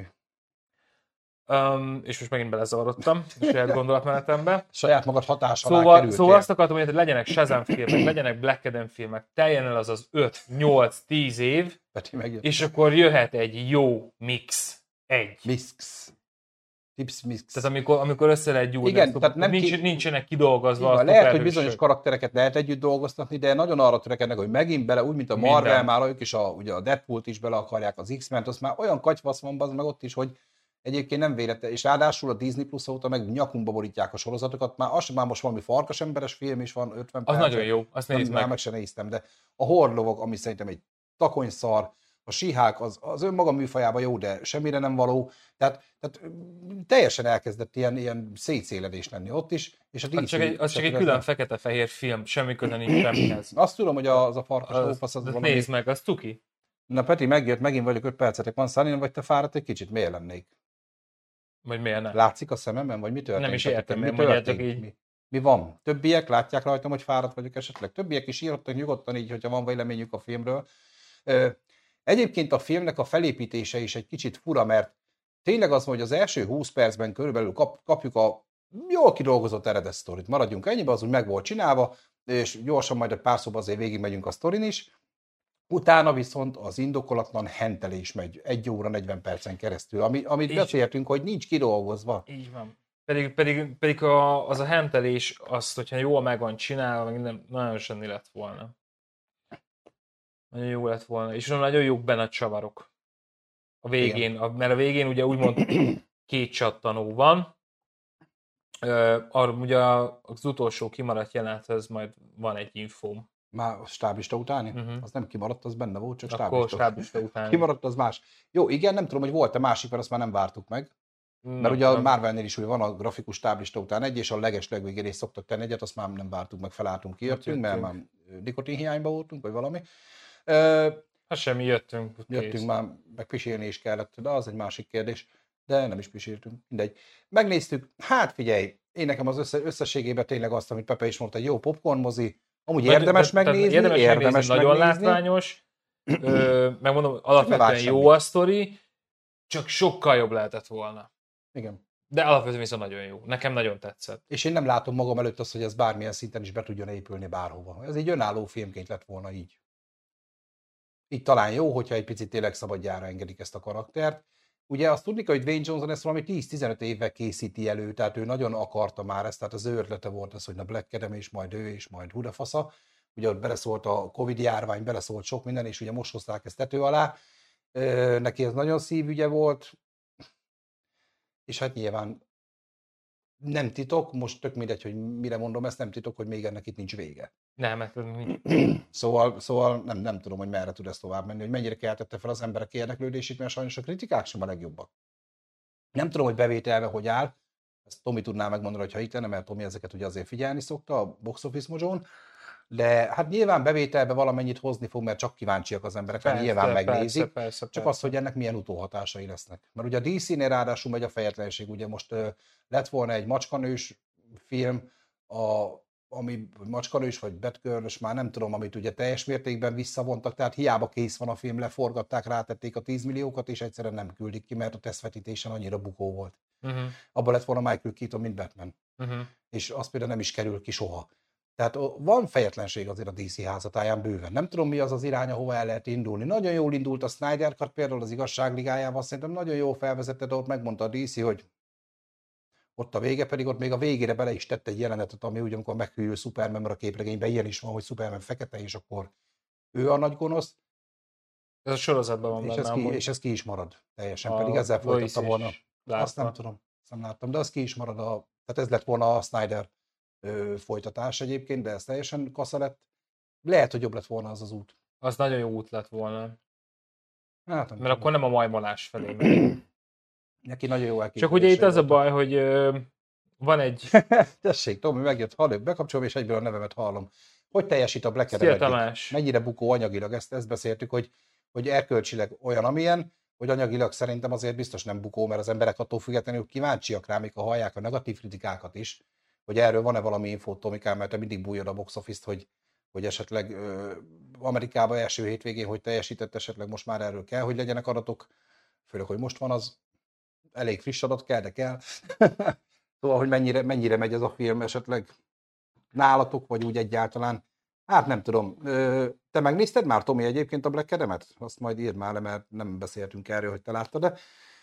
Um, és most megint belezavarodtam a saját gondolatmenetembe. Saját magad hatás alá szóval, kerültél. Szóval azt akartam, hogy legyenek Shazam filmek, legyenek Black Adam filmek, teljen el az az öt, nyolc, tíz év, és akkor jöhet egy jó mix. Egy. Mix. Tips mix. Tehát amikor, amikor össze lehet gyúrni, igen, ezt, tehát nem nincs, ki... nincsenek kidolgozva. Igen, lehet, hogy bizonyos karaktereket lehet együtt dolgoztatni, de nagyon arra törekednek, hogy megint bele, úgy, mint a Marvel, minden. Már ők is a, ugye a Deadpoolt is bele akarják, az X-Men-t, az már olyan katyvasz van az meg ott is, hogy egyébként nem véletlen, és ráadásul a Disney Plus óta meg nyakunkba borítják a sorozatokat, már, az, már most valami farkasemberes film is van, ötven perc. Az nagyon jó, azt nézd meg. Már meg se néztem, de a Hordlovok, ami szerintem egy takonyszar, a She-Hulk az, az önmaga műfajában jó, de semmire nem való. Tehát, tehát teljesen elkezdett ilyen, ilyen szétszéledés lenni ott is. És a az csak egy, az csak egy külön fekete-fehér film, semmi köze nincs semmihez. Azt tudom, hogy az a farkas az, lófasz az valami... Nézd meg, az tuki. Na Peti, megjött, megint vagyok öt percetek van, Szalin, vagy te fáradt egy kicsit? Miért lennék? Vagy miért nem? Látszik a szememben, vagy mi történik? Nem is értem, mi történik? Így... Mi, mi van? Többiek látják rajtam, hogy fáradt vagyok esetleg? Többiek is írottak nyugodtan így, hogyha van véleményük a filmről. Egyébként a filmnek a felépítése is egy kicsit fura, mert tényleg az, hogy az első húsz percben körülbelül kap, kapjuk a jól kidolgozott eredet sztorit. Maradjunk ennyibe, az úgy meg volt csinálva, és gyorsan majd egy pár szóba azért végigmegyünk a sztorin is. Utána viszont az indokolatlan hentelés megy egy óra negyven percen keresztül, ami, amit így beszéltünk, hogy nincs kidolgozva. Így van. Pedig, pedig, pedig a, az a hentelés, azt, hogyha jól meg van csinálva, meg nem, nagyon senni lett volna. Nagyon jó lett volna. És nagyon jók benne a csavarok. A végén, a, mert a végén ugye úgymond két csattanó van, Arra ugye az utolsó kimaradt jelenethez majd van egy infóm. Már a stáblista utáni? Uh-huh. Az nem kimaradt, az benne volt, csak Akkor stáblista, stáblista utáni. Kimaradt, az más. Jó, igen, nem tudom, hogy volt-e másik, mert azt már nem vártuk meg. Mert nem, ugye a Marvelnél is ugye van a grafikus táblista után egy, és a leges legvégén is szoktak tenni egyet, azt már nem vártuk meg, felálltunk, kijöttünk, mert már nikotin hiányban voltunk, vagy valami. Hát semmi, jöttünk. Jöttünk kész. már, meg pisélni is kellett, de az egy másik kérdés. De nem is piséltünk, mindegy. Megnéztük, hát figyelj, én nekem az össze, összességében tényleg azt, amit Pepe is mondta, egy jó popcorn mozi, amúgy érdemes de, megnézni, érdemes, érdemes megnézni, megnézni. nagyon látványos, ö, megmondom, alapvetően jó a sztori, csak sokkal jobb lehetett volna. Igen. De alapvetően viszont nagyon jó. Nekem nagyon tetszett. És én nem látom magam előtt azt, hogy ez bármilyen szinten is be tudjon épülni bárhova. Ez egy önálló filmként lett volna így. Így talán jó, hogyha egy picit tényleg szabadjára engedik ezt a karaktert. Ugye azt tudni kell, hogy Dwayne Johnson ezt valami tíz-tizenöt évvel készíti elő, tehát ő nagyon akarta már ezt, tehát az ő ötlete volt ez, hogy na Black Adam, és majd ő, és majd hudafasza. Ugye ott beleszólt a Covid járvány, beleszólt sok minden, és ugye most hozták ezt tető alá. Neki ez nagyon szívügye volt, és hát nyilván nem titok, most tök mindegy, hogy mire mondom ezt, nem titok, hogy még ennek itt nincs vége. Nem, mert... Szóval, szóval nem, nem tudom, hogy merre tud ez tovább menni, hogy mennyire keltette fel az emberek érdeklődését, mert sajnos a kritikák sem a legjobbak. Nem tudom, hogy bevételve hogy áll, ezt Tomi tudná megmondani, hogy ha itt lenne, mert Tomi ezeket ugye azért figyelni szokta a Box Office Mojón, de hát nyilván bevételbe valamennyit hozni fog, mert csak kíváncsiak az emberek, persze, nyilván megnézik, persze, persze, csak persze. Az, hogy ennek milyen utóhatásai lesznek. Mert ugye a dé cé-nél ráadásul megy a fejetlenség, ugye most uh, lett volna egy macskanős film, a, ami macskanős vagy Batgirl-ös, már nem tudom, amit ugye teljes mértékben visszavontak, tehát hiába kész van a film, leforgatták, rátették a tíz milliókat, és egyszerűen nem küldik ki, mert a tesztvetítésen annyira bukó volt. Uh-huh. Abban lett volna Michael Keaton, mint Batman. Uh-huh. És az például nem is kerül ki soha. Tehát van fejetlenség azért a dé cé házatáján bőven. Nem tudom, mi az az irány, ahova el lehet indulni. Nagyon jól indult a Snyder Cut például az igazságligájával, szerintem nagyon jól felvezetett, ott megmondta a dé cé, hogy ott a vége, pedig ott még a végére bele is tett egy jelenetet, ami úgy, amikor meghűl Superman, mert a képregényben ilyen is van, hogy Superman fekete, és akkor ő a nagy gonosz. Ez a sorozatban van és benne. Ez ki, és ez ki is marad teljesen, a pedig ezzel folytatta volna. Látta. Azt nem tudom, azt nem láttam, de az ki is marad. A, tehát ez lett volna a Snyder ö, folytatás egyébként, de ez teljesen kasza lett. Lehet, hogy jobb lett volna az az út. Az nagyon jó út lett volna. Hát, mert tudom. Akkor nem a majmolás felé megy. Neki nagyon jó elképzelés. Csak ugye itt az a baj, hogy ö, van egy... Tessék, Tomi, megjött, hallok, bekapcsolom, és egyből a nevemet hallom. Hogy teljesít a Black Adam? Mennyire bukó anyagilag? Ezt, ezt beszéltük, hogy, hogy erkölcsileg olyan, amilyen, hogy anyagilag szerintem azért biztos nem bukó, mert az emberek attól függetlenül kíváncsiak rá, még ha hallják a negatív kritikákat is, hogy erről van-e valami infót, Tomikám, mert te mindig bújod a box office-t, hogy, hogy esetleg ö, Amerikában első hétvégén, hogy teljesített, esetleg most már erről kell, hogy legyenek adatok, főleg, hogy most van az, elég friss adat kell, de kell. Szóval, hogy mennyire, mennyire megy ez a film esetleg nálatok, vagy úgy egyáltalán. Hát nem tudom. Te megnézted már, Tomi, egyébként a Black Adam-et? Azt majd írd már le, mert nem beszéltünk erről, hogy te láttad, de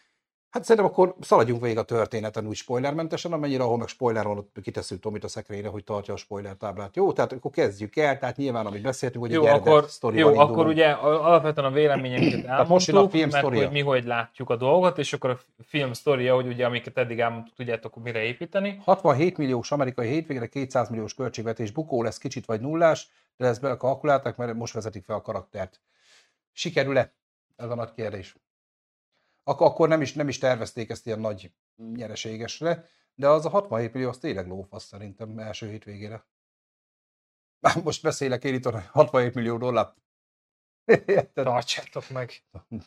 hát szerintem akkor szaladjunk végig a történeten úgy spoilermentesen, amennyire, ahol meg spoiler van, ott kitesszük Tomit a szekrényre, hogy tartja a spoiler táblát. Jó, tehát akkor kezdjük el, tehát nyilván, amit beszéltünk, hogy jó, egy akkor, sztorival jó, indulunk. akkor ugye alapvetően a véleményeket elmondtuk, meg hogy mi hogy látjuk a dolgot, és akkor a film sztoria, hogy ugye amiket eddig elmondtuk, tudjátok, mire építeni. hatvanhét milliós amerikai hétvégére kétszáz milliós költségvetés, bukó lesz kicsit vagy nullás, de ezt belekalkulálták, mert most vezetik fel a karaktert. Sikerül-e? Ez a nagy kérdés. Ak- akkor nem is, nem is tervezték ezt ilyen nagy nyereségesre, de az a hatvanhét millió az tényleg lófasz szerintem első hétvégére. Most beszélek én itt, hogy hatvanhét millió dollár. Tartsátok meg!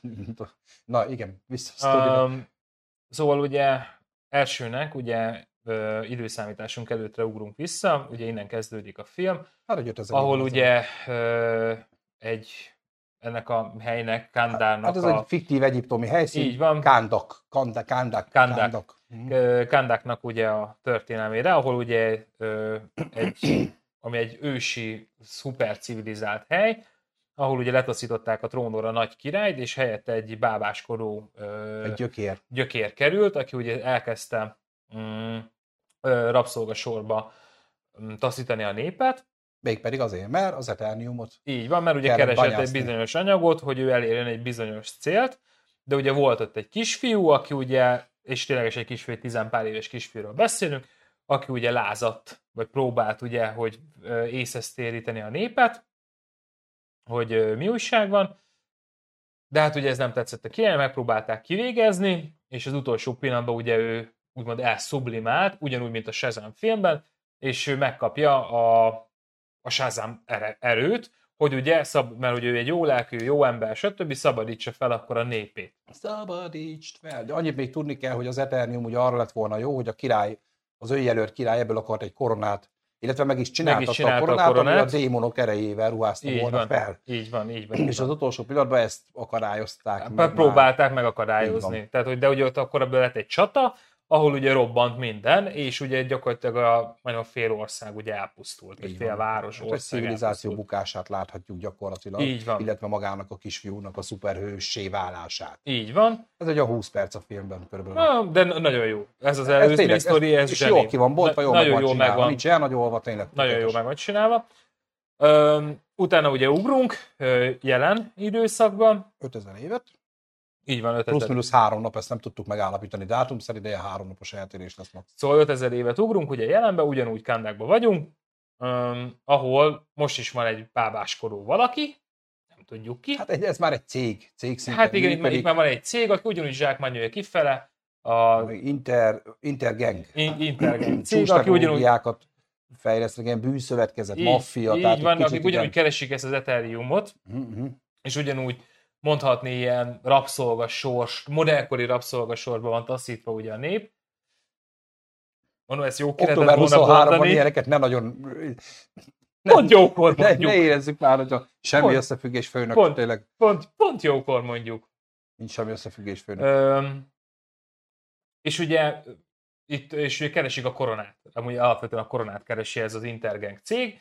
Na igen, vissza um, Szóval ugye elsőnek, ugye ö, időszámításunk előttre ugrunk vissza, ugye innen kezdődik a film, hát, ahol ugye ö, egy ennek a helynek, Kandárnak hát ez a... egy fiktív egyiptomi helyszín. Így van. Kándak. Kándak. Kándak. Kándak. Kándáknak ugye a történelmére, ahol ugye ö, egy, ami egy ősi, szuper civilizált hely, ahol ugye letaszították a trónról a nagy királyt, és helyette egy bábáskodó ö, egy gyökér. gyökér került, aki ugye elkezdte mm, ö, rabszolgasorba mm, taszítani a népet. Mégpedig azért, mert az eterniumot. Így van, mert ugye keresett banyászni. Egy bizonyos anyagot, hogy ő elérjen egy bizonyos célt, de ugye volt ott egy kisfiú, aki ugye, és tényleg egy kisfiú, egy tizenpár éves kisfiúról beszélünk, aki ugye lázadt, vagy próbált ugye, hogy észhez téríteni a népet, hogy mi újság van, de hát ugye ez nem tetszett a királynak, megpróbálták kivégezni, és az utolsó pillanatban ugye ő úgymond elszublimált, ugyanúgy, mint a Shazam filmben, és ő megkapja a, a Shazam erőt, hogy ugye, szab, mert ugye ő egy jó lelkű, jó ember, stb. Szabadítsa fel akkor a népét. Szabadítsd fel! De annyit még tudni kell, hogy az Eternium ugye arra lett volna jó, hogy a király, az ő jelölt király ebből akart egy koronát, illetve meg is csináltatta, meg is csinálta a koronát, a koronát, ami a démonok erejével ruházta így volna van, fel. Így van, így van. És az utolsó pillanatban ezt akadályozták. Hát, meg próbálták már. megakadályozni. Tehát, hogy de ugye ott akkor ebből lett egy csata, ahol ugye robbant minden, és ugye gyakorlatilag a, a fél ország ugye elpusztult, egy fél város hát, ország a civilizáció elpusztult. Bukását láthatjuk gyakorlatilag, így van. Illetve magának a kisfiúnak a szuperhőssé válását. Így van. Ez egy a húsz perc a filmben körülbelül. Na, de nagyon jó. Ez az előzmény sztori, ez, ez és jól ki van bontva, jól nagyon meg van jól csinálva. Megvan. Nincs elnagyolva, tényleg. Nagyon jól meg van csinálva. Üm, utána ugye ugrunk jelen időszakban. ötezer évet. Így van, ötezer. Plusz-minusz három nap, ezt nem tudtuk megállapítani dátum szerint, de ilyen három napos eltérés lesz max. Szóval ötezer évet ugrunk, ugye jelenbe, ugyanúgy Kandákban vagyunk, um, ahol most is van egy bábáskorú valaki, nem tudjuk ki. Hát ez már egy cég, cég szinten. Hát igen, itt, itt már van egy cég, aki ugyanúgy zsákmányolja kifele. A Inter, Intergang. In, Intergang cég, aki ugyanúgy fejlesztenek, ilyen bűnszövetkezet, maffia. Így tehát van, akik ugyanúgy igen. keresik ezt az Ethereumot, uh-huh. és ugyanúgy mondhatni ilyen rabszolgasors, modellkori rabszolgasorsban van taszítva ugye a nép. Mondom, ezt jó kiretett volna huszonháromban ilyeneket nem nagyon... Pont jókor mondjuk. Ne, ne érezzük már, hogy a semmi pont, összefüggés főnök. Pont, tényleg. Pont, pont jókor mondjuk. Nincs semmi összefüggés főnök. Öm, és ugye itt és ugye keresik a koronát. Amúgy alapvetően a koronát keresi ez az Intergang cég.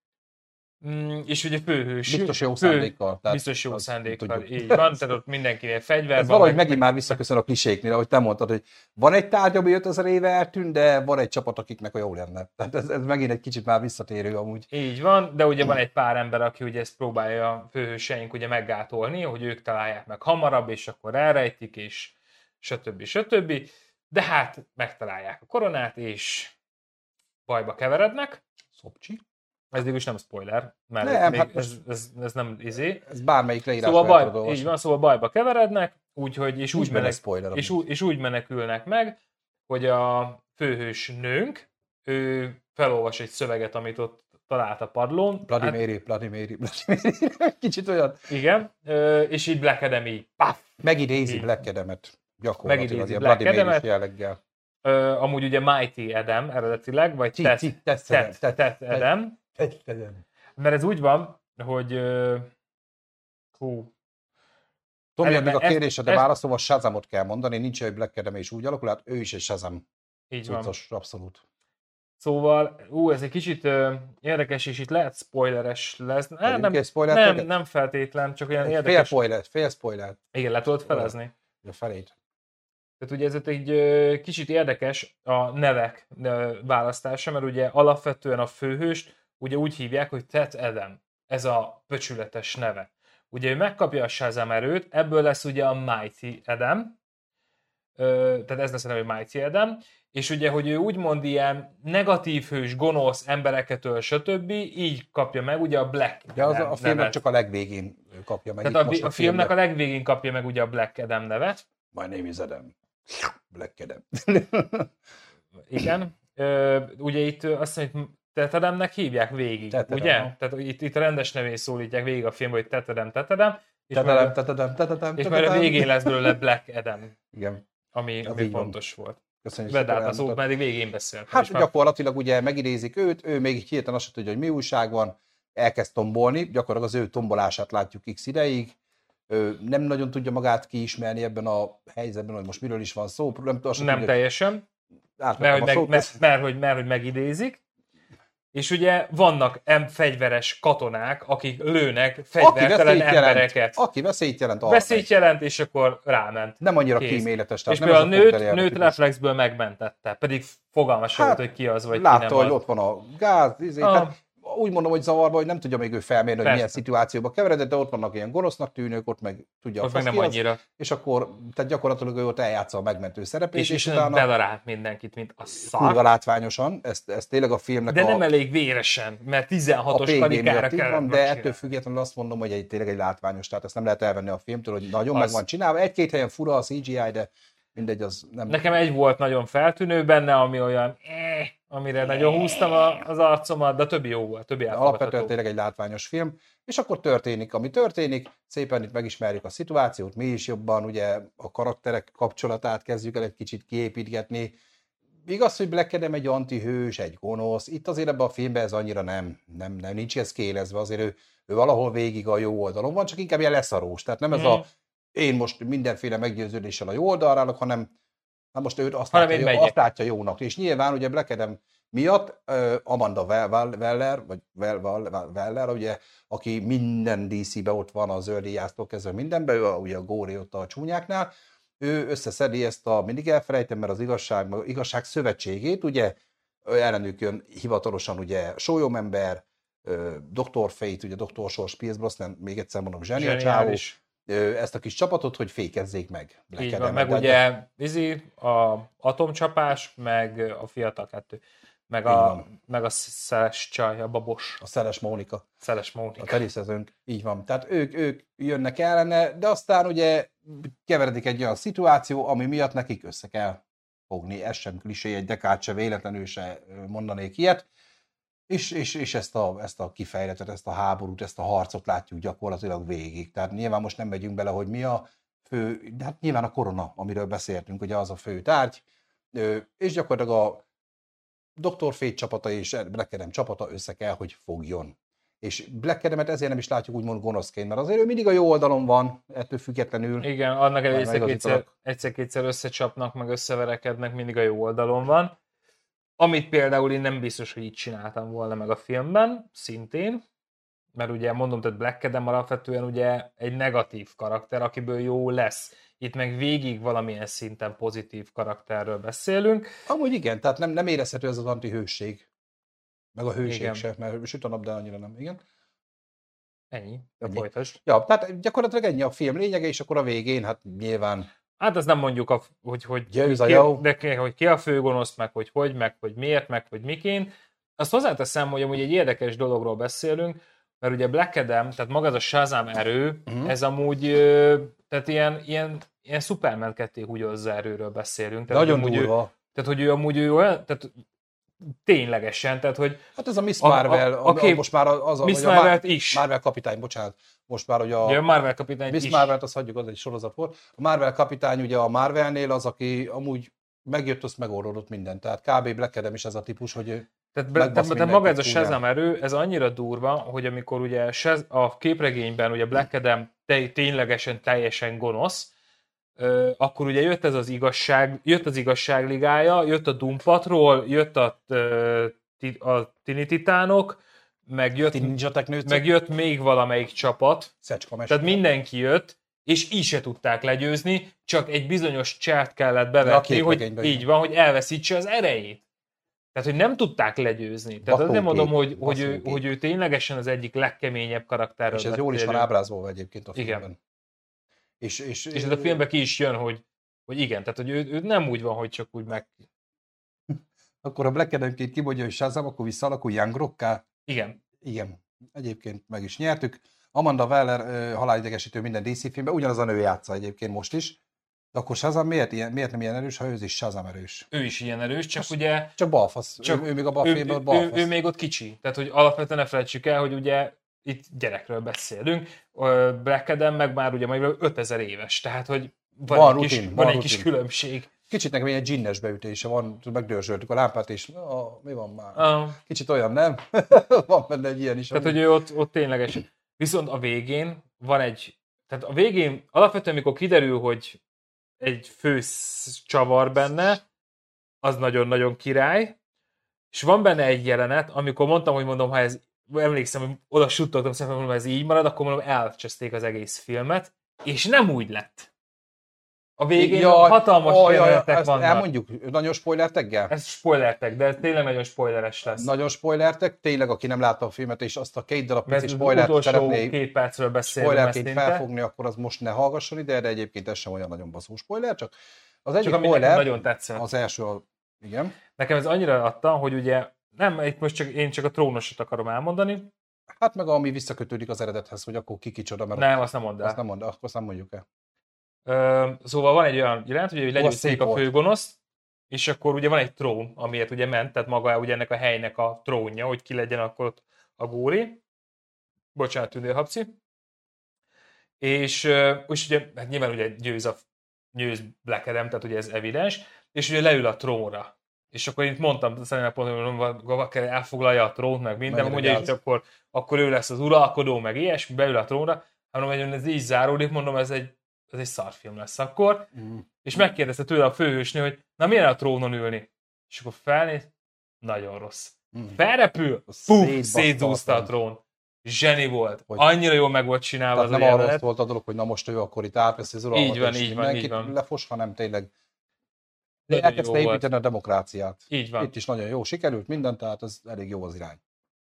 Mm, és ugye főhős. Biztos jó szándékkal. Fő, biztos jó szándékkal, így van. Tehát ott mindenkinek fegyver ez van. valahogy meg, megint már visszaköszön a kliséknél, ahogy te mondtad, hogy van egy tárgy, ami ötezer éve eltűnt, de van egy csapat, akiknek a jó lenne. Tehát ez, ez megint egy kicsit már visszatérő amúgy. Így van, de ugye van egy pár ember, aki ugye ezt próbálja a főhőseink ugye meggátolni, hogy ők találják meg hamarabb, és akkor elrejtik, és stb. stb. De hát megtalálják a koronát, és bajba keverednek. Szopcsi. Ez végülis nem spoiler, mert nem, még hát ez, ez, ez nem izé. Ez bármelyik leírás. Szóval, baj, így van, szóval bajba keverednek, úgyhogy, és, úgy menek, spoiler, és, úgy, és úgy menekülnek meg, hogy a főhős nőnk, ő felolvas egy szöveget, amit ott talált a padlón. Bloody hát, Mary, Bloody Mary, Bloody Mary. Kicsit olyan. Igen, és így Black Adam így, paf! Megidézi Black Adam-et. Gyakorlatilag, Megidézi Black Bloody Mary jelleggel. Uh, amúgy ugye Mighty Adam eredetileg, vagy Tet Adam. Mert ez úgy van, hogy uh, hú. Tomi, még a kérdésedre válaszolva Shazamot kell mondani, nincs egy Black Adam és úgy alakul, hát ő is egy Shazam. Így van. Cuccos, abszolút. Szóval, ú, ez egy kicsit uh, érdekes, és itt lehet spoileres lesz. Nem, nem, spoiler nem, nem feltétlen, csak olyan egy érdekes. Fél spoiler, fél spoiler. Igen, le tudod felezni? A felét. Tehát ugye ez egy uh, kicsit érdekes a nevek uh, választása, mert ugye alapvetően a főhőst ugye úgy hívják, hogy Tet Adam. Ez a pöcsületes neve. Ugye ő megkapja a Shazam erőt, ebből lesz ugye a Mighty Adam, uh, tehát ez lesz a neve, hogy Mighty Adam, és ugye, hogy ő úgymond ilyen negatív hős, gonosz embereketől, stb. Így kapja meg ugye a Black Adam. De az a, a filmnek csak a legvégén kapja meg. Tehát a, a, a filmnek a legvégén kapja meg ugye a Black Adam nevet. My name is Adam. Black Adam. Igen. Ö, ugye itt azt mondja, hogy Tet Adamnek hívják végig, Tetedem, ugye? Ha? Tehát itt, itt a rendes nevén szólítják végig a filmben, hogy Tet Adam, Tet Adam. És Tetedem, tetedem, tetedem, és már a végén lesz belőle Black Adam. Igen. Ami, ami fontos van. volt. Köszönjük Vedd át a szót, mert eddig végén beszélt. Hát gyakorlatilag ugye megidézik őt, ő még hirtelen azt tudja, hogy mi újság van, elkezd tombolni, gyakorlatilag az ő tombolását látjuk x ideig. Ő nem nagyon tudja magát kiismerni ebben a helyzetben, hogy most miről is van szó. Nem, nem tudja, teljesen, mert hogy, meg, szót, mert, mert, hogy, mert hogy megidézik. És ugye vannak em fegyveres katonák, akik lőnek fegyvertelen embereket. Jelent, aki veszélyt jelent, arra Veszélyt jelent, és akkor ráment. Nem annyira Kész. kíméletes. És például a nőt, nőt reflexből megmentette, pedig fogalmas hát, volt, hogy ki az, vagy látta, ki nem hogy az. ott van a gáz, izé, ah. tehát úgy mondom, hogy zavarba, hogy nem tudja még ő felmérni, hogy Persze. milyen szituációba keveredett, de ott vannak ilyen gonosznak tűnők, ott meg tudja Ott a meg fasz nem ki az, annyira. és akkor, tehát gyakorlatilag ő ott eljátsza a megmentő szerepét, És, és, és utána belerált mindenkit, mint a szar. kurva látványosan, ez, ez tényleg a filmnek De a, nem elég véresen, mert a tizenhatos pé gé karikára miatt így kell van, de ettől függetlenül azt mondom, hogy egy, tényleg egy látványos, tehát ezt nem lehet elvenni a filmtől, hogy nagyon Az. meg van csinálva. Egy-két helyen fura a cé gé í, de mindegy, az nem... Nekem egy volt nagyon feltűnő benne, ami olyan, eh, amire nagyon húztam a, az arcomat, de a többi jó volt, többi Alapvetően elfogadható. tényleg egy látványos film, és akkor történik, ami történik, szépen itt megismerjük a szituációt, mi is jobban, ugye a karakterek kapcsolatát kezdjük el egy kicsit kiépítgetni. Igaz, hogy Black Adam egy antihős, egy gonosz, itt azért ebben a filmben ez annyira nem, nem, nem nincs ez kélezve, azért ő, ő valahol végig a jó oldalon van, csak inkább ilyen leszarós, tehát nem ez Mm. a én most mindenféle meggyőződéssel a jó oldalra állok, hanem hát most ő azt Hanem látja, én jó, megyek. azt látja jónak. És nyilván ugye Black Adam miatt uh, Amanda Weller, vagy Weller, ugye, aki minden dé cé-be ott van, a zöld éjjásztól kezdve mindenben, ő a, ugye a Góri ott a csúnyáknál, ő összeszedi ezt a, mindig elfelejtem, mert az igazság, igazság szövetségét, ugye ellenük jön hivatalosan ugye sólyomember, doktor Fate, ugye doktor Sors, Pierce Brosnan, még egyszer mondom, zseni a csávó, ezt a kis csapatot, hogy fékezzék meg. Így van, meg ugye Izi, a atomcsapás, meg a fiatal kettő. Meg a, meg a szeles csaj, a babos. A szeles Mónika. Szeles Mónika. A teriszezőnk. Így van. Tehát ők, ők jönnek ellene, de aztán ugye keveredik egy olyan szituáció, ami miatt nekik össze kell fogni. Ez sem klisé, egy dekát se véletlenül se mondanék ilyet. És, és, és ezt, a, ezt a kifejletet, ezt a háborút, ezt a harcot látjuk gyakorlatilag végig. Tehát nyilván most nem megyünk bele, hogy mi a fő, de hát nyilván a korona, amiről beszéltünk, ugye az a fő tárgy, és gyakorlatilag a doktor Fate csapata és Black Adam csapata össze kell, hogy fogjon. És Black Adamet ezért nem is látjuk úgymond gonoszként, mert azért ő mindig a jó oldalon van, ettől függetlenül. Igen, annak egyszer-kétszer, egyszer-kétszer összecsapnak, meg összeverekednek, mindig a jó oldalon van. Amit például én nem biztos, hogy így csináltam volna meg a filmben, szintén, mert ugye mondom, tehát Black Adam alapvetően ugye egy negatív karakter, akiből jó lesz. Itt meg végig valamilyen szinten pozitív karakterről beszélünk. Amúgy igen, tehát nem, nem érezhető ez az antihősség. Meg a hőség igen. se, mert süt a nap, de annyira nem, igen. Ennyi, ennyi. Folytasd. Ja, tehát gyakorlatilag ennyi a film lényege, és akkor a végén, hát nyilván... Hát azt nem mondjuk, a, hogy, hogy, Győz a ki, jó. de, hogy ki a főgonosz, meg hogy hogy, meg hogy miért, meg hogy miként. Azt hozzáteszem, hogy amúgy egy érdekes dologról beszélünk, mert ugye Black Adam, tehát maga ez a Shazam erő, uh-huh. ez amúgy, tehát ilyen, ilyen, ilyen Superman ketté húgyozza erőről beszélünk. Tehát, nagyon hogy durva. Ő, tehát, hogy ő amúgy ő olyan, tehát ténylegesen, tehát, hogy... Hát ez a Miss Marvel, a, a, a, a, most már az a... Miss a Marvelt is. Marvel kapitány, bocsánat. Most már ugye a... Ja, Marvel kapitány Miss is. Marvelt, azt hagyjuk, az egy sorozat volt. A Marvel kapitány ugye a Marvelnél az, aki amúgy megjött, azt megoldott mindent. Tehát kb. Black Adam is ez a típus, hogy ő Tehát, tehát, tehát maga ez a Shazam erő, ez annyira durva, hogy amikor ugye a képregényben ugye Black Adam te, ténylegesen teljesen gonosz, Uh, akkor ugye jött ez az igazság, jött az igazságligája, jött a Doom Patrol, jött a, uh, a Tini Titánok, meg jött, meg jött még valamelyik csapat, tehát mindenki jött, és így se tudták legyőzni, csak egy bizonyos csárt kellett bevetni, hogy így van, hogy elveszítse az erejét. Tehát, hogy nem tudták legyőzni. Tehát azért mondom, hogy, hogy, ő, hogy ő ténylegesen az egyik legkeményebb karakterről. És ez jól is van ábrázolva egyébként a filmben. Igen. És, és, és ez a filmben ki is jön, hogy, hogy igen, tehát hogy ő, ő nem úgy van, hogy csak úgy meg... Akkor a Black Adam-ként kimondja, hogy Shazam, akkor visszalakul Young Rock-ká? Igen. Igen. Egyébként meg is nyertük. Amanda Weller uh, halálidegesítő minden dé cé filmben, ugyanaz a nő játsza egyébként most is. De akkor Shazam miért, ilyen, miért nem ilyen erős, ha ő is Shazam erős? Ő is ilyen erős, csak Most ugye... Csak balfasz. Csak ő, ő még a balfében ott balfasz. Ő, ő még ott kicsi. Tehát, hogy alapvetően ne felejtsük el, hogy ugye itt gyerekről beszélünk. Black Adam meg már ugye majd ötezer éves, tehát hogy van, van, egy, rutin, kis, van, van egy kis különbség. Kicsit nekem egy ginnes beütése van, megdörzsöltük a lámpát, és ah, mi van már? Ah. Kicsit olyan, nem? Van benne egy ilyen is. Tehát, ami... hogy ő ott, ott tényleges. Viszont a végén van egy, tehát a végén alapvetően, amikor kiderül, hogy egy fősz csavar benne, az nagyon-nagyon király, és van benne egy jelenet, amikor mondtam, hogy mondom, ha ez emlékszem, hogy oda suttogtam szemben, mondom, ha ez így marad, akkor mondom, elcseszték az egész filmet, és nem úgy lett. A végén Jaj, hatalmas ó, jaj, jelenetek ezt vannak. elmondjuk nagyon spoilerteggel? Ez spoilertek, de ez tényleg nagyon spoileres lesz. Nagyon spoilertek, tényleg aki nem látta a filmet, és azt a két darab Mert pici az spoilert utolsó szeretné két percről beszélünk spoilerként szinte. felfogni, akkor az most ne hallgasson ide, de egyébként ez sem olyan nagyon baszó spoiler, csak az egyik Csak ami spoiler, nekem nagyon tetszett. az első, a, igen. Nekem ez annyira adta, hogy ugye nem, itt most csak, én csak a trónosat akarom elmondani. Hát meg ami visszakötődik az eredethez, hogy akkor ki kicsoda, mert Nem, azt nem mondd el. azt nem mond, akkor azt nem mondjuk el. Ö, szóval van egy olyan jelenet, hogy legyőzték szép a volt. főgonoszt, és akkor ugye van egy trón, amiért ugye ment, tehát maga ugye ennek a helynek a trónja, hogy ki legyen akkor ott a góri. Bocsánat, tündérhabci. És, ö, és ugye, hát nyilván ugye győz, a, győz Black Adam, tehát ugye ez evidens, és ugye leül a trónra. És akkor itt mondtam, szerintem pont, elfoglalja a trónt, meg minden, mondja, és akkor, akkor ő lesz az uralkodó, meg ilyesmi, beül a trónra. Hát mondom, hogy ez így záródik, mondom, ez egy, ez egy szarfilm lesz akkor. Mm. És megkérdezte tőle a főhősnő, hogy na milyen a trónon ülni? És akkor felnéz, nagyon rossz. Mm. Felrepül, puf, szétzúzta a trón. Zseni volt. Hogy annyira jól meg volt csinálva az nem a jelenet. arról volt a dolog, hogy na most ő akkor itt átveszi az uralmat, így van, és így van, így van. lefos, hanem tényleg Nagyon elkezdte jó építeni volt. a demokráciát. Így van. Itt is nagyon jó sikerült minden, tehát ez elég jó az irány.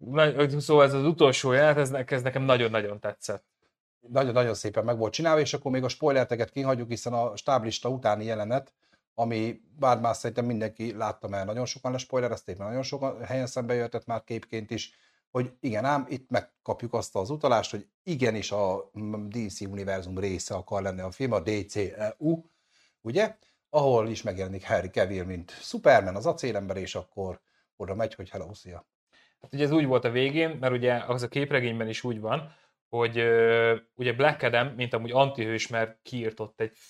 Szóval ez az utolsó jelenet, ez, ez nekem nagyon-nagyon tetszett. Nagyon-nagyon szépen meg volt csinálva, és akkor még a spoilerteket kihagyjuk, hiszen a stáblista utáni jelenet, ami bár már szerintem mindenki látta, mert nagyon sokan lespoilerezték, mert nagyon sokan helyen szembe jöhetett már képként is, hogy igen ám, itt megkapjuk azt az utalást, hogy igenis a dé cé univerzum része akar lenni a film, a dé cé e u, ugye? Ahol is megjelenik Henry Cavill, mint Superman, az acélember, és akkor oda megy, hogy hello, szia. Hát ugye ez úgy volt a végén, mert ugye az a képregényben is úgy van, hogy uh, ugye Black Adam, mint amúgy antihős, mert kiírtott egy